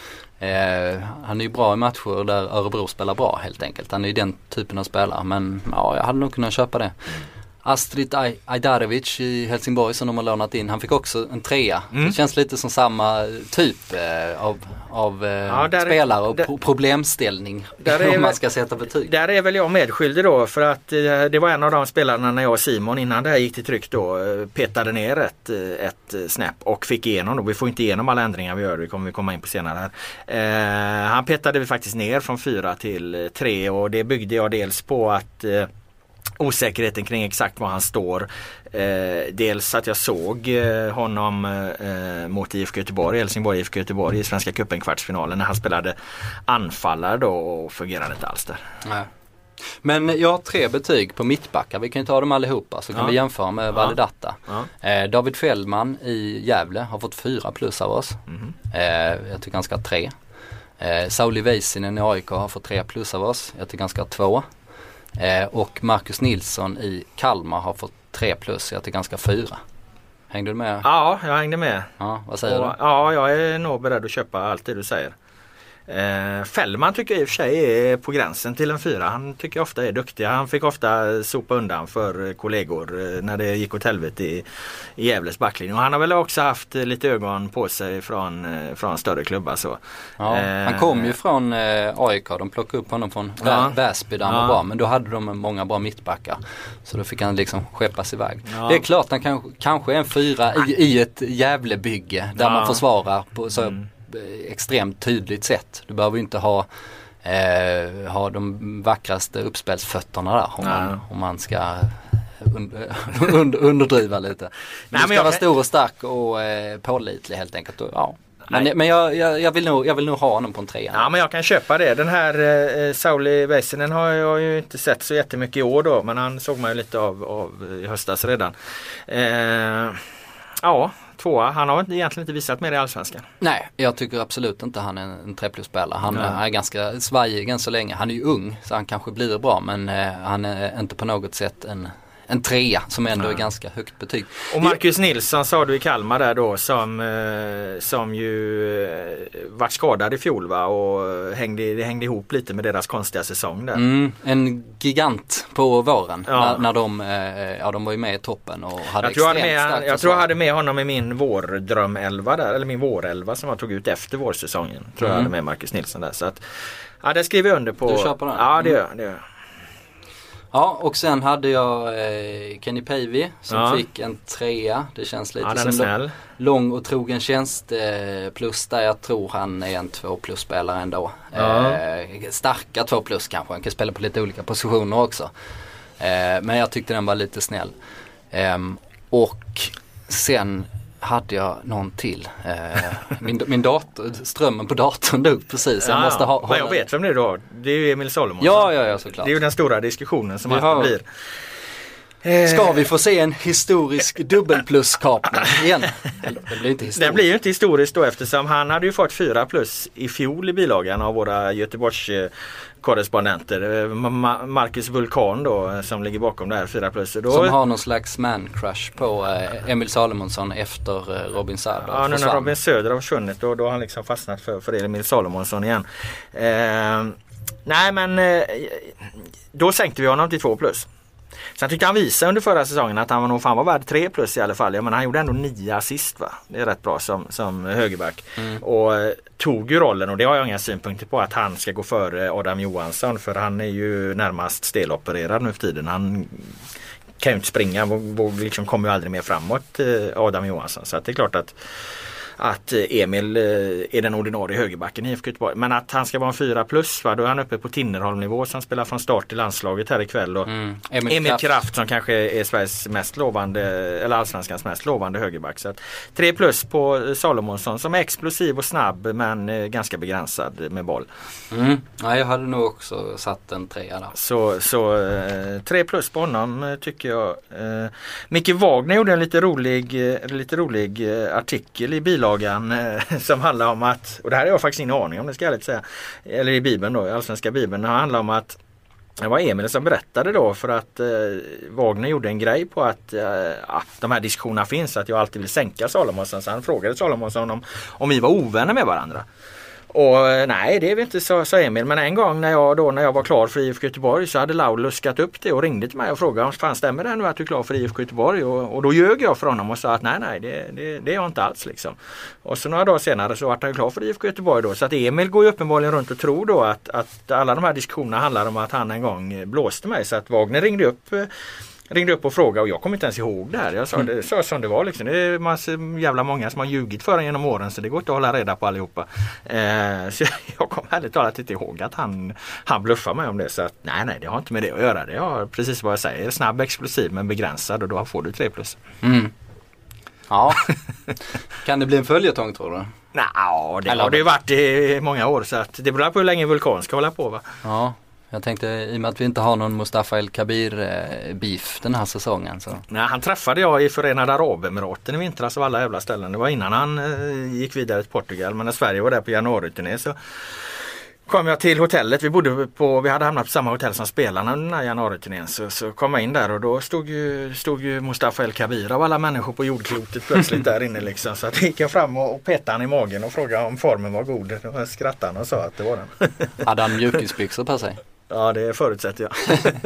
eh, han är ju bra i matcher där Örebro spelar bra helt enkelt. Han är ju den typen av spelare, men ja, jag hade nog kunnat köpa det. Astrid Ajdarevic i Helsingborg som de har lånat in. Han fick också en trea. Mm. Det känns lite som samma typ eh, av, av eh, ja, spelare är, och där, problemställning där om är, man ska sätta betyg. Där är väl jag medskyldig då, för att eh, det var en av de spelarna när jag och Simon innan det här gick till tryck då eh, petade ner ett, ett snäpp och fick igenom då. Vi får inte igenom alla ändringar vi gör, det kommer vi komma in på senare här. Eh, han petade vi faktiskt ner från fyra till tre och det byggde jag dels på att eh, osäkerheten kring exakt var han står. Eh, dels att jag såg eh, honom eh, mot I F K Göteborg, Helsingborg I F K Göteborg i Svenska cupen kvartsfinalen när han spelade anfallare då och fungerade inte alls där. Nej. Men jag har tre betyg på mittbackar. Vi kan ju ta dem allihopa så kan ja. vi jämföra med Validatta. Ja. Eh, David Fällman i Gävle har fått fyra plus av oss. Mm. Eh, jag tycker han ska ha tre. Eh, Sauli Väisänen i A I K har fått tre plus av oss. Jag tycker han ska ha två. Eh, och Marcus Nilsson i Kalmar har fått tre plus. Jag tycker han ska ha fyra. Hängde du med? Ja, jag hängde med. Ja, vad säger och, du? Ja, jag är nog beredd att köpa allt det du säger. Eh, Fällman tycker jag i och för sig är på gränsen till en fyra. Han tycker jag ofta är duktig. Han fick ofta sopa undan för kollegor eh, när det gick åt helvete i, i Gävles backlinje. Och han har väl också haft lite ögon på sig från, eh, från större klubbar. Så. Ja, eh, han kom ju från eh, A I K. De plockade upp honom från ja. Väsby där han ja. var bra. Men då hade de många bra mittbackar. Så då fick han liksom skeppas iväg. Ja. Det är klart han kan, kanske är en fyra i, i ett Gävlebygge där ja. man försvarar på så mm. extremt tydligt sätt. Du behöver ju inte ha eh, ha de vackraste uppspelsfötterna där om, man, om man ska und, und, underdriva lite. Men du ska vara kan... stor och stark och eh, pålitlig helt enkelt. Och, ja. Men, men jag, jag, jag, vill nog, jag vill nog ha honom på en trea. Ja, men jag kan köpa det. Den här eh, Sauli Väisänen har jag ju inte sett så jättemycket i år då, men han såg man ju lite av, av i höstas redan. Eh, ja, tvåa. Han har egentligen inte visat mer i Allsvenskan. Nej, jag tycker absolut inte han är en tre plus-spelare. Han Nej. är ganska svajig än så länge. Han är ju ung så han kanske blir bra, men eh, han är inte på något sätt en, en trea som ändå ja. är ganska högt betyg. Och Marcus Nilsson sa du i Kalmar där då som, eh, som ju eh, vart skadad i fjol va? Och hängde, det hängde ihop lite med deras konstiga säsong där. Mm, en gigant på våren ja. när, när de, eh, ja, de var ju med i toppen och hade jag tror extremt med, starkt Jag tror jag hade med honom i min vårdrömelva där, eller min vårelva som jag tog ut efter vårsäsongen. Tror mm. jag hade med Marcus Nilsson där. Så att, ja, det skriver jag under på. Du köper den? Ja, det gör jag. Det gör. Ja, och sen hade jag eh, Kenny Päivi som ja. fick en trea. Det känns lite ja, som lång, lång och trogen tjänst eh, plus där. Jag tror han är en två plus spelare ändå. Ja. Eh, starka två plus kanske. Han kan spela på lite olika positioner också. Eh, men jag tyckte den var lite snäll. Eh, och sen hade jag någon till. Eh, min, min dator, strömmen på datorn dog precis. Jag ja, måste ha, men jag vet vem det är då. Det är ju Emil Salomonsson. Ja, ja, ja, såklart. Det är ju den stora diskussionen som vi alltid har... blir. Ska vi få se en historisk dubbelpluskapning igen? Det blir inte historiskt. Den blir ju inte historiskt då eftersom han hade ju fått fyra plus i fjol i bilagan av våra Göteborgs korrespondenter. Marcus Vulkan då som ligger bakom det här fyra plus. Då... Som har någon slags man-crush på eh, Emil Salomonsson efter eh, Robin Söder. Ja, nu när Robin Söder har försvunnit då, då har han liksom fastnat för, för Emil Salomonsson igen. Eh, nej men eh, då sänkte vi honom till två plus. Sen tyckte han visa under förra säsongen att han var nog fan var värd tre plus i alla fall. Ja, men han gjorde ändå nio assist va. Det är rätt bra som, som högerback. Mm. Och eh, tog ju rollen och det har jag inga synpunkter på att han ska gå före Adam Johansson. För han är ju närmast stelopererad nu för tiden. Han kan ju inte springa och liksom kommer ju aldrig mer framåt eh, Adam Johansson. Så att det är klart att att Emil är den ordinarie högerbacken i I F K Göteborg. Men att han ska vara en fyra plus va? Då är han uppe på Tinnerholm-nivå som spelar från start i landslaget här ikväll. Och mm. Emil, Emil Kraft. Kraft som kanske är Sveriges mest lovande eller Allsvenskans mest lovande högerback. Så att tre plus på Salomonsson som är explosiv och snabb men ganska begränsad med boll. Mm. Ja, jag hade nog också satt en trea där. Så, så eh, tre plus på honom tycker jag. Eh, Micke Wagner gjorde en lite rolig, lite rolig eh, artikel i bilagan som handlar om att, och det här är jag faktiskt ingen aning om det ska jag lite säga, eller i Bibeln då, i Allsvenska Bibeln, det handlar om att det var Emil som berättade då för att eh, Wagner gjorde en grej på att eh, de här diskussionerna finns att jag alltid vill sänka Salomonsson, så han frågade Salomonsson om, om vi var ovänner med varandra. Och nej, det är vi inte, så, så Emil. Men en gång när jag, då, när jag var klar för I F K Göteborg så hade Lau luskat upp det och ringde till mig och frågade om fan stämmer det nu att du är klar för I F K Göteborg? Och, och då ljög jag för honom och sa att nej, nej, det, det, det är jag inte alls liksom. Och så några dagar senare så var han klar för I F K Göteborg då. Så att Emil går ju uppenbarligen runt och tror då att, att alla de här diskussionerna handlar om att han en gång blåste mig. Så att Wagner ringde upp ringde upp och frågade och jag kommer inte ens ihåg det här. Jag sa det så som det var liksom. Det är massa jävla många som har ljugit för en genom åren så det går inte att hålla reda på allihopa. Eh, så jag kommer ärligt talat inte ihåg att han, han bluffar mig om det. Så att nej, nej, det har inte med det att göra. Det har precis vad jag säger. Snabb, explosiv men begränsad och då får du tre plus. Mm. Ja. Kan det bli en följetong tror du? Nå, det Eller har det ju varit i många år så att det beror på hur länge Vulkan ska hålla på va? Ja. Jag tänkte i och med att vi inte har någon Mustafa El Kabir eh, beef den här säsongen så. Nej, han träffade jag i Förenade Arabemiraten i vintras av alla jävla ställen. Det var innan han eh, gick vidare till Portugal. Men när Sverige var där på januari-turné så kom jag till hotellet. Vi bodde på, vi hade hamnat på samma hotell som spelarna den här januari-turnén. Så, så kom jag in där och då stod ju, stod ju Mustafa El Kabir av alla människor på jordklotet plötsligt där inne liksom. Så att gick jag fram och, och petade han i magen och frågade om formen var god. Då skrattade han och sa att det var den. Hade han mjukisbyxor på sig? Ja, det förutsätter jag.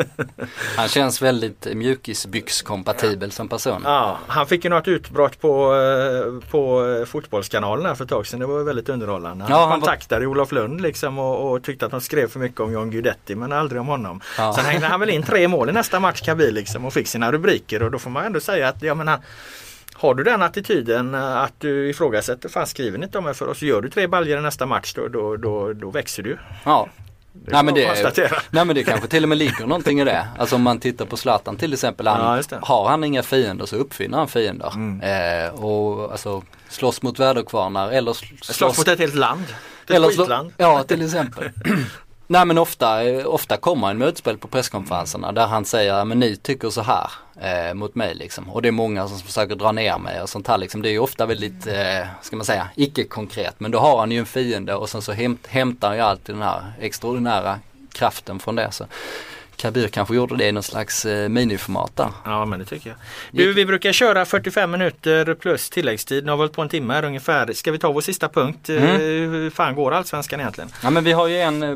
Han känns väldigt mjukisbyxkompatibel som person. Ja, han fick ju något utbrott på, på fotbollskanalen här för ett tag sedan. Det var väldigt underhållande. Han, ja, han kontaktade var... Olof Lund liksom och, och tyckte att de skrev för mycket om John Guidetti men aldrig om honom. Ja. Sen hängde han väl in tre mål i nästa match Kabir liksom och fick sina rubriker och då får man ändå säga att ja, men han, har du den attityden att du ifrågasätter, fan skriver ni inte om mig för oss, gör du tre baljor i nästa match då, då, då, då växer du. Ja. Nej men, det, nej men det kanske till och med ligger någonting i det. Alltså om man tittar på Zlatan till exempel, han, ja, har han inga fiender så uppfinner han fiender. Mm. Eh, och alltså slåss mot väderkvarnar eller slåss, slåss mot ett helt land. Ett eller skitland. Ja till exempel. Nej men ofta, ofta kommer han med utspel på presskonferenserna där han säger men ni tycker så här eh, mot mig liksom. Och det är många som försöker dra ner mig och sånt här liksom. Det är ju ofta väldigt, eh, ska man säga, icke-konkret. Men då har han ju en fiende och sen så hämt, hämtar han ju alltid den här extraordinära kraften från det. Så Kabir kanske gjorde det i någon slags eh, miniformat där. Ja men det tycker jag. Du, vi brukar köra fyrtiofem minuter plus tilläggstid. Nu har vi hållit på en timme här ungefär. Ska vi ta vår sista punkt? Mm. Hur fan går Allsvenskan egentligen? Ja men vi har ju en,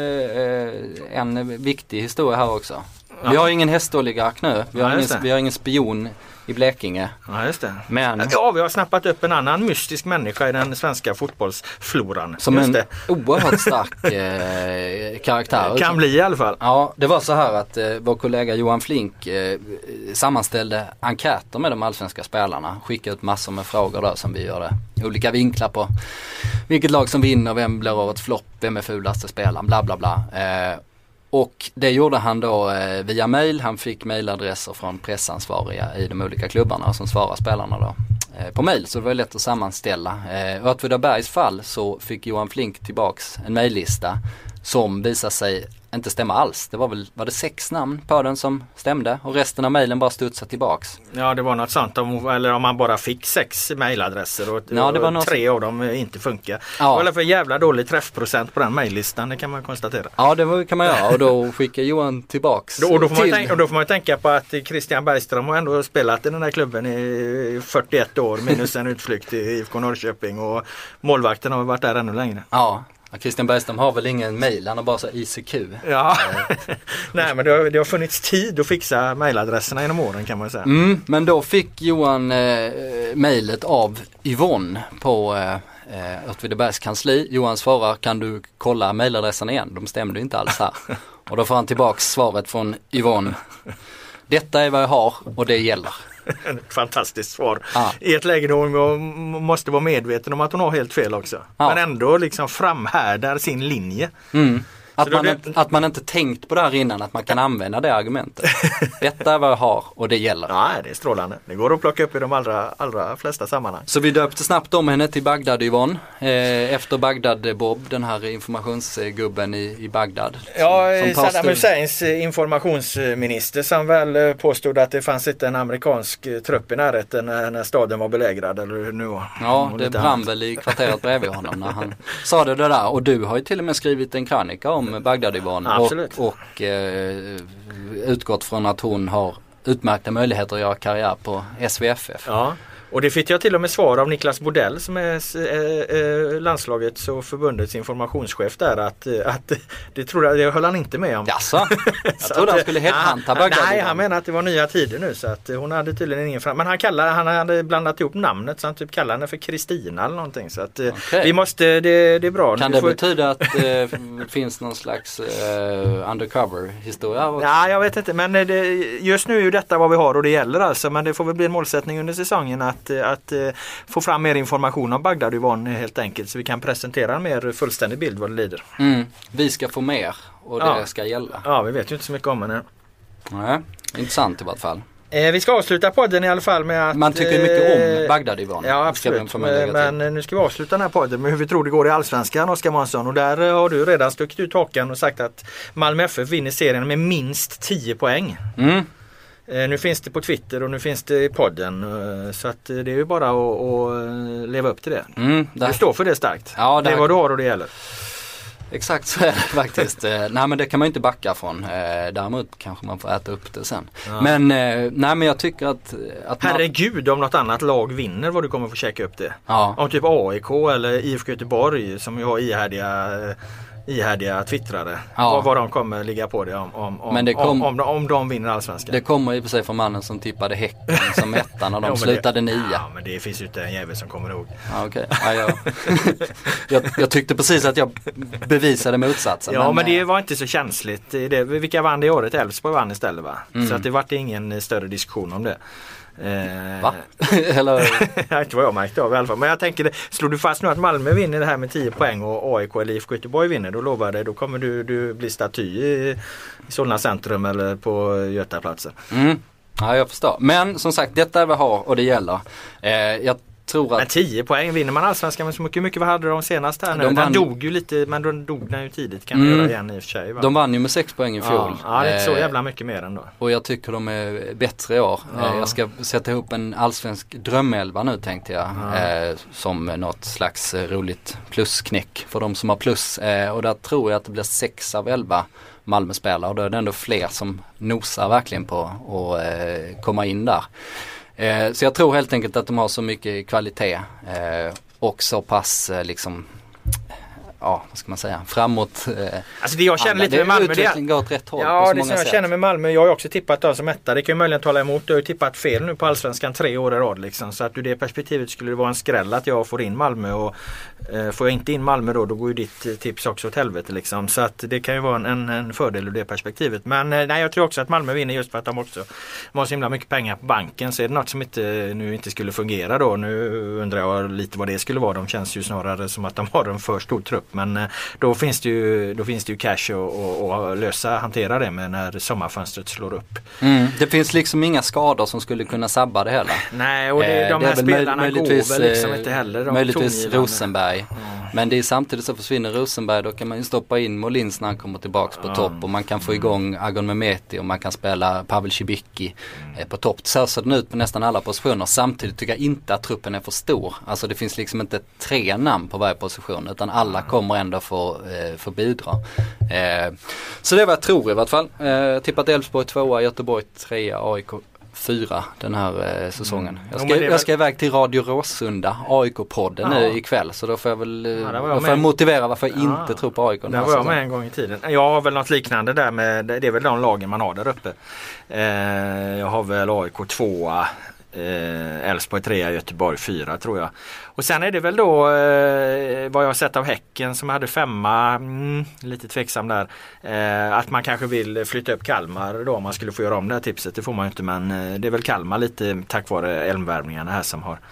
eh, en viktig historia här också. Ja. Vi har ju ingen hästoligark nu. Vi har, ja, ingen, vi har ingen spion i Blekinge. Ja just det. Men, ja vi har snappat upp en annan mystisk människa i den svenska fotbollsfloran. Som just en det. oerhört stark eh, karaktär. Kan bli i alla fall. Ja det var så här att eh, vår kollega Johan Flink eh, sammanställde enkäter med de allsvenska spelarna. Skickade ut massor med frågor där som vi gör det. Olika vinklar på vilket lag som vinner, vem blir årets flopp, vem är fulaste spelaren, bla bla bla. Eh, Och det gjorde han då eh, via mail. Han fick mailadresser från pressansvariga i de olika klubbarna som svarar spelarna då eh, på mail. Så det var lätt att sammanställa. Eh, Åtvidabergs fall så fick Johan Flink tillbaks en maillista som visade sig inte stämma alls. Det var väl var det sex namn på den som stämde och resten av mejlen bara studsade tillbaks. Ja, det var något sånt om, eller om man bara fick sex mejladresser och, ja, det var något... och tre av dem inte funkar. Ja. Det var för jävla dålig träffprocent på den mejllistan, det kan man konstatera. Ja, det var, kan man göra och då skickar Johan tillbaks. Då, och, då får till... man tänka, och då får man tänka på att Christian Bergström har ändå spelat i den här klubben i fyrtioett år minus en utflykt i I F K Norrköping och målvakten har varit där ännu längre. Ja. Christian Bergström har väl ingen mejl, han har bara så I C Q. Ja, nej men det har, det har funnits tid att fixa mejladresserna genom åren kan man säga. Mm, men då fick Johan eh, mejlet av Yvonne på eh, Åtvidabergs kansli. Johan svarar, kan du kolla mejladressen igen? De stämde inte alls här. Och då får han tillbaks svaret från Yvonne. Detta är vad jag har och det gäller. Ett fantastiskt svar. Ah. I ett läge då hon måste vara medveten om att hon har helt fel också. Ah. Men ändå liksom framhärdar sin linje. Mm. Att man, det... att man inte tänkt på det här innan, att man kan använda det argumentet. Detta är vad jag har och det gäller. Nej, det är strålande. Det går att plocka upp i de allra, allra flesta sammanhang. Så vi döpte snabbt om henne till Bagdad Yvonne. Eh, efter Bagdad Bob, den här informationsgubben i, i Bagdad. Ja, Saddam Husseins informationsminister som väl påstod att det fanns inte en amerikansk trupp i närheten när, när staden var belägrad. Eller hur nu var. Ja, det brann annat. väl i kvarteret bredvid honom när han sa det där. Och du har ju till och med skrivit en krönika om Bagdad Yvonne och, och eh, utgått från att hon har utmärkta möjligheter att göra karriär på S V F F. Ja, Och det fick jag till och med svar av Niklas Bodell som är eh, landslagets och förbundets informationschef där att, att det tror jag, det höll han inte med om. Jaså? Jag trodde han skulle headhunta Bagdad. Nej, han menar att det var nya tider nu så att hon hade tydligen ingen fram. Men han kallade, han hade blandat ihop namnet så han typ kallade henne för Kristina eller någonting så att okay. vi måste, det, det är bra. Kan det får... betyda att det finns någon slags uh, undercover historia? Ja, jag vet inte men det, just nu är ju detta vad vi har och det gäller alltså men det får väl bli en målsättning under säsongen att, att uh, få fram mer information om Bagdad Yvonne helt enkelt så vi kan presentera en mer fullständig bild vad det lider. Mm. Vi ska få mer och det ja. ska gälla. Ja, vi vet ju inte så mycket om henne. Nej, intressant i vart fall. Eh, vi ska avsluta podden i alla fall med att... Man tycker mycket om Bagdad Yvonne. Ja, absolut. Men, men nu ska vi avsluta den här podden med hur vi tror det går i Allsvenskan, Oskar Månsson. Och där har du redan stuckit ut hakan och sagt att Malmö F F vinner serien med minst tio poäng. Mm. Eh, nu finns det på Twitter och nu finns det i podden. Eh, så att det är ju bara att, att leva upp till det. Mm, det... Du står för det starkt. Ja, det är vad du har och det gäller. Exakt så är det faktiskt. Nej men det kan man ju inte backa från. Däremot kanske man får äta upp det sen. Ja. Men nej men jag tycker att... att Herregud om något annat lag vinner vad du kommer få checka upp det. Ja. Om typ A I K eller I F K Göteborg som ju har ihärdiga... ihärdiga twittrare. Ja. Vad, vad de kommer ligga på det om, om, om, kom, om, om, om de vinner Allsvenskan. Det kommer i och för sig från mannen som tippade Häcken som ettan och de ja, slutade nia. Ja men det finns ju inte en jävel som kommer ihåg. Ja, okay. ja, jag, jag, jag tyckte precis att jag bevisade motsatsen. Ja men, men det var inte så känsligt. Det, vilka vann det året? Elfsborg vann istället va? Mm. Så att det var ingen större diskussion om det. Eh, Va? Eller? Inte vad jag märkte av i alla fall. Men jag tänker, slår du fast nu att Malmö vinner det här med tio poäng och A I K eller I F K Göteborg vinner, då lovar det, då kommer du, du bli staty i, i Solna centrum eller på Götaplatsen. Mm. Ja, jag förstår. Men som sagt, detta är vad jag har och det gäller. Eh, jag tror att... Men tio poäng vinner man Allsvenskan, men så mycket, mycket vad hade de senast här nu? De vann... Den dog ju lite, men de dog den ju tidigt kan man mm. göra igen i och för sig. Va? De vann ju med sex poäng i fjol. Ja, ja det är inte så jävla mycket mer ändå. Och jag tycker de är bättre i år. Ja. Jag ska sätta ihop en allsvensk drömelva nu tänkte jag. Ja. Eh, som något slags roligt plusknäck för de som har plus. Eh, och där tror jag att det blir sex av elva Malmö-spelare. Och då är det ändå fler som nosar verkligen på att eh, komma in där. Eh, så jag tror helt enkelt att de har så mycket kvalitet eh, och så pass eh, liksom ja, vad ska man säga, framåt. Eh, alltså det jag känner lite med Malmö, det går åt rätt håll. Ja, det som jag sätt. känner med Malmö, jag har ju också tippat dem som etta. Det kan ju möjligen tala emot. Du har ju tippat fel nu på Allsvenskan tre år i rad liksom. Så att ur det perspektivet skulle det vara en skräll att jag får in Malmö och eh, får jag inte in Malmö då, då går ju ditt tips också åt helvete liksom. Så att det kan ju vara en, en fördel ur det perspektivet. Men eh, nej, jag tror också att Malmö vinner just för att de också har så himla mycket pengar på banken. Så är det något som inte, nu inte skulle fungera då. Nu undrar jag lite vad det skulle vara. De känns ju snarare som att de har en för stor trupp. Men eh, då finns det ju, då finns det ju cash att lösa, hantera det med när sommarfönstret slår upp. Mm, det finns liksom inga skador som skulle kunna sabba det heller. Nej, och det, de det här spelarna går väl liksom inte heller. Möjligtvis Rosenberg. Mm. Men det är samtidigt så försvinner Rosenberg, då kan man ju stoppa in Molins när han kommer tillbaks på mm. topp. Och man kan få igång Agon Mehmeti och man kan spela Pavel Cibicki mm. på topp. Så ser den ut på nästan alla positioner. Samtidigt tycker jag inte att truppen är för stor. Alltså det finns liksom inte tre namn på varje position, utan alla kommer ändå få, eh, få bidra. Eh, så det är vad jag tror i vart fall. Eh, tippat Elfsborg tvåa, Göteborg trea, A I K fyra den här eh, säsongen. Jag ska, jag ska iväg till Radio Råsunda, A I K-podden ja. nu ikväll. Så då får jag väl ja, jag då får jag motivera varför jag ja. inte tror på A I K. Där var jag med en gång i tiden. Jag har väl något liknande där med, det är väl de lagen man har där uppe. Eh, jag har väl A I K tvåa, Elfsborg trea, Göteborg fyra tror jag. Och sen är det väl då eh, vad jag har sett av Häcken som hade femma, mm, lite tveksam där, eh, att man kanske vill flytta upp Kalmar då om man skulle få göra om det här tipset. Det får man ju inte, men eh, det är väl Kalmar lite tack vare Elmvärvningarna här som har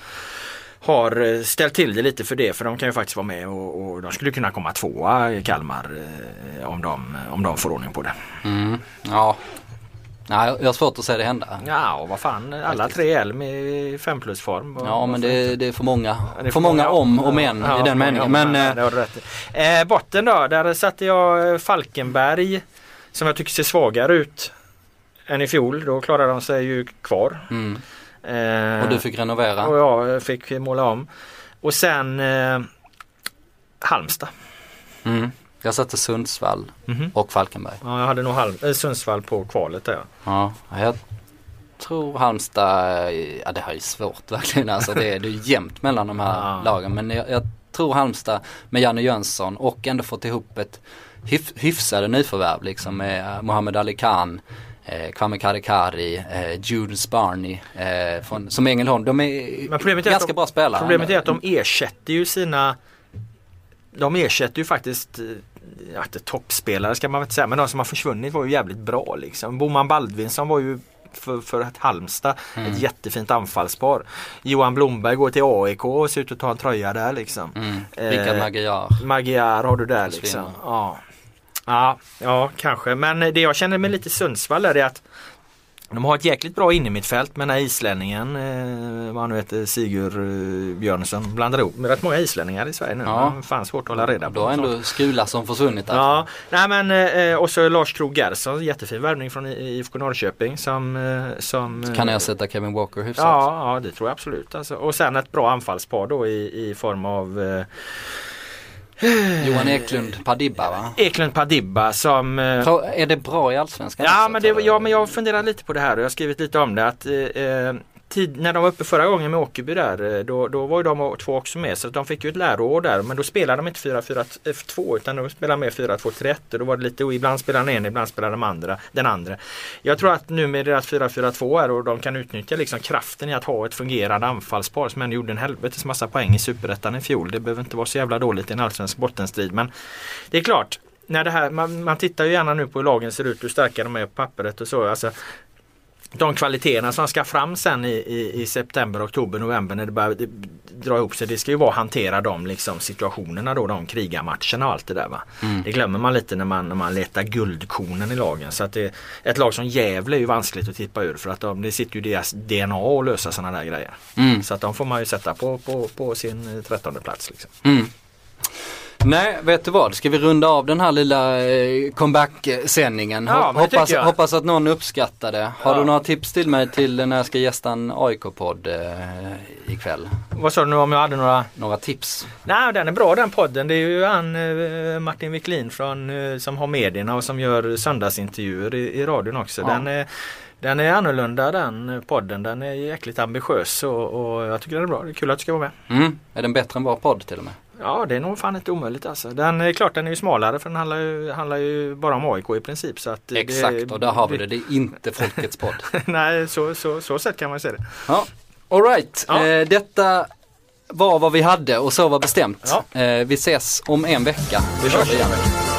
har ställt till det lite för det, för de kan ju faktiskt vara med och, och de skulle kunna komma tvåa i Kalmar eh, om, de, om de får ordning på det. Mm. Ja. Nej, jag har svårt att säga det hända. Ja, och vad fan, alla tre Elm i fem plus form. Ja, men det, det är för många, är för, för många, många om och men ja, i den meningen. Men, ja, det har du rätt. Eh, botten då, där satte jag Falkenberg som jag tycker ser svagare ut än i fjol. Då klarade de sig ju kvar. Mm. Eh, och du fick renovera. Och jag fick måla om. Och sen eh, Halmstad. Mm. Jag satte Sundsvall mm-hmm. och Falkenberg. Ja, jag hade nog halv, äh, Sundsvall på kvalet där. Ja, jag tror Halmstad, ja det här är svårt verkligen, alltså det är, det är jämnt mellan de här Ja. lagen, men jag, jag tror Halmstad med Janne Jönsson och ändå fått ihop ett hyf, hyfsade nyförvärv liksom med Mohammed Ali Khan, eh, Kwame Kadekari, eh, Jules Barney eh, från, som Ängelholm. De är, Men problemet är ganska att de, bra spelare. Problemet är att de ersätter ju sina de ersätter ju faktiskt ja, inte toppspelare ska man väl inte säga, men de som har försvunnit var ju jävligt bra liksom. Boman Baldvinsson var ju för, för ett Halmstad mm. ett jättefint anfallspar. Johan Blomberg går till A I K och ser ut att ta en tröja där liksom. Mm. Rickard Magyar. Magyar har du där liksom. Ja. Ja, ja, kanske. Men det jag känner med lite Sundsvall är det att de har ett jäkligt bra inne i mitt fält, men när islänningen, eh, vad han nu heter, Sigurd eh, Björnsson blandar ihop med rätt många islänningar i Sverige nu. Ja. Det fanns svårt att hålla reda på. Då har ändå Skula som försvunnit där. Ja, nej men eh, och så Lars Krog Gerson, jättefin värvning från I F K Norrköping som... Eh, som kan jag sätta Kevin Walker hyfsat? Ja, ja, det tror jag absolut. Alltså. Och sen ett bra anfallspar då i, i form av... Eh, Johan Eklund Padibba va? Eklund Padibba som... Eh, är det bra i Allsvenskan? Ja men, det, ja, men jag funderar lite på det här och jag har skrivit lite om det. Att, eh, tid, när de var uppe förra gången med Åkerby där, då, då var ju de två också med. Så de fick ju ett läroår där. Men då spelade de inte fyra fyra två utan de spelade med fyra två tre ett. Då var det lite, och ibland spelade en, ibland spelade de andra, den andra. Jag tror att nu med deras fyra fyra två är och de kan utnyttja liksom kraften i att ha ett fungerande anfallspar som ändå gjorde en helvetes massa poäng i Superettan i fjol. Det behöver inte vara så jävla dåligt i en allsvensk bottenstrid. Men det är klart, när det här, man, man tittar ju gärna nu på hur lagen ser ut, hur starka de är på pappret och så. Alltså, de kvaliteterna som ska fram sen i, i, i september, oktober, november när det börjar det, dra ihop sig, det ska ju vara att hantera de liksom, situationerna då, de krigarmatcherna och allt det där va. Mm. Det glömmer man lite när man, när man letar guldkornen i lagen. Så att det, ett lag som Gävle är ju vanskligt att tippa ur för att de, det sitter ju deras D N A att lösa sådana där grejer. Mm. Så att de får man ju sätta på, på, på sin trettonde plats liksom. Mm. Nej, vet du vad? Ska vi runda av den här lilla eh, comeback-sändningen? Ja, hoppas, hoppas att någon uppskattar det. Har ja. du några tips till mig till när jag ska gästa en A I K-podd eh, ikväll? Vad sa du nu om jag hade några? Några tips? Nej, den är bra den podden. Det är ju han eh, Martin Wiklin från, eh, som har medierna och som gör söndagsintervjuer i, i radion också. Ja. Den är... Den är annorlunda den podden, den är jäkligt ambitiös och, och jag tycker den är bra, det är kul att du ska vara med. Mm. Är den bättre än vår podd till och med? Ja, det är nog fan inte omöjligt alltså. Den är klart, den är ju smalare för den handlar ju, handlar ju bara om A I K i princip. Så att exakt, det, och där har vi det, det är inte folkets podd. Nej, så, så, så sätt kan man se det. Ja, all right. Ja. Eh, detta var vad vi hade och så var bestämt. Ja. Eh, vi ses om en vecka. Vi kör det igen.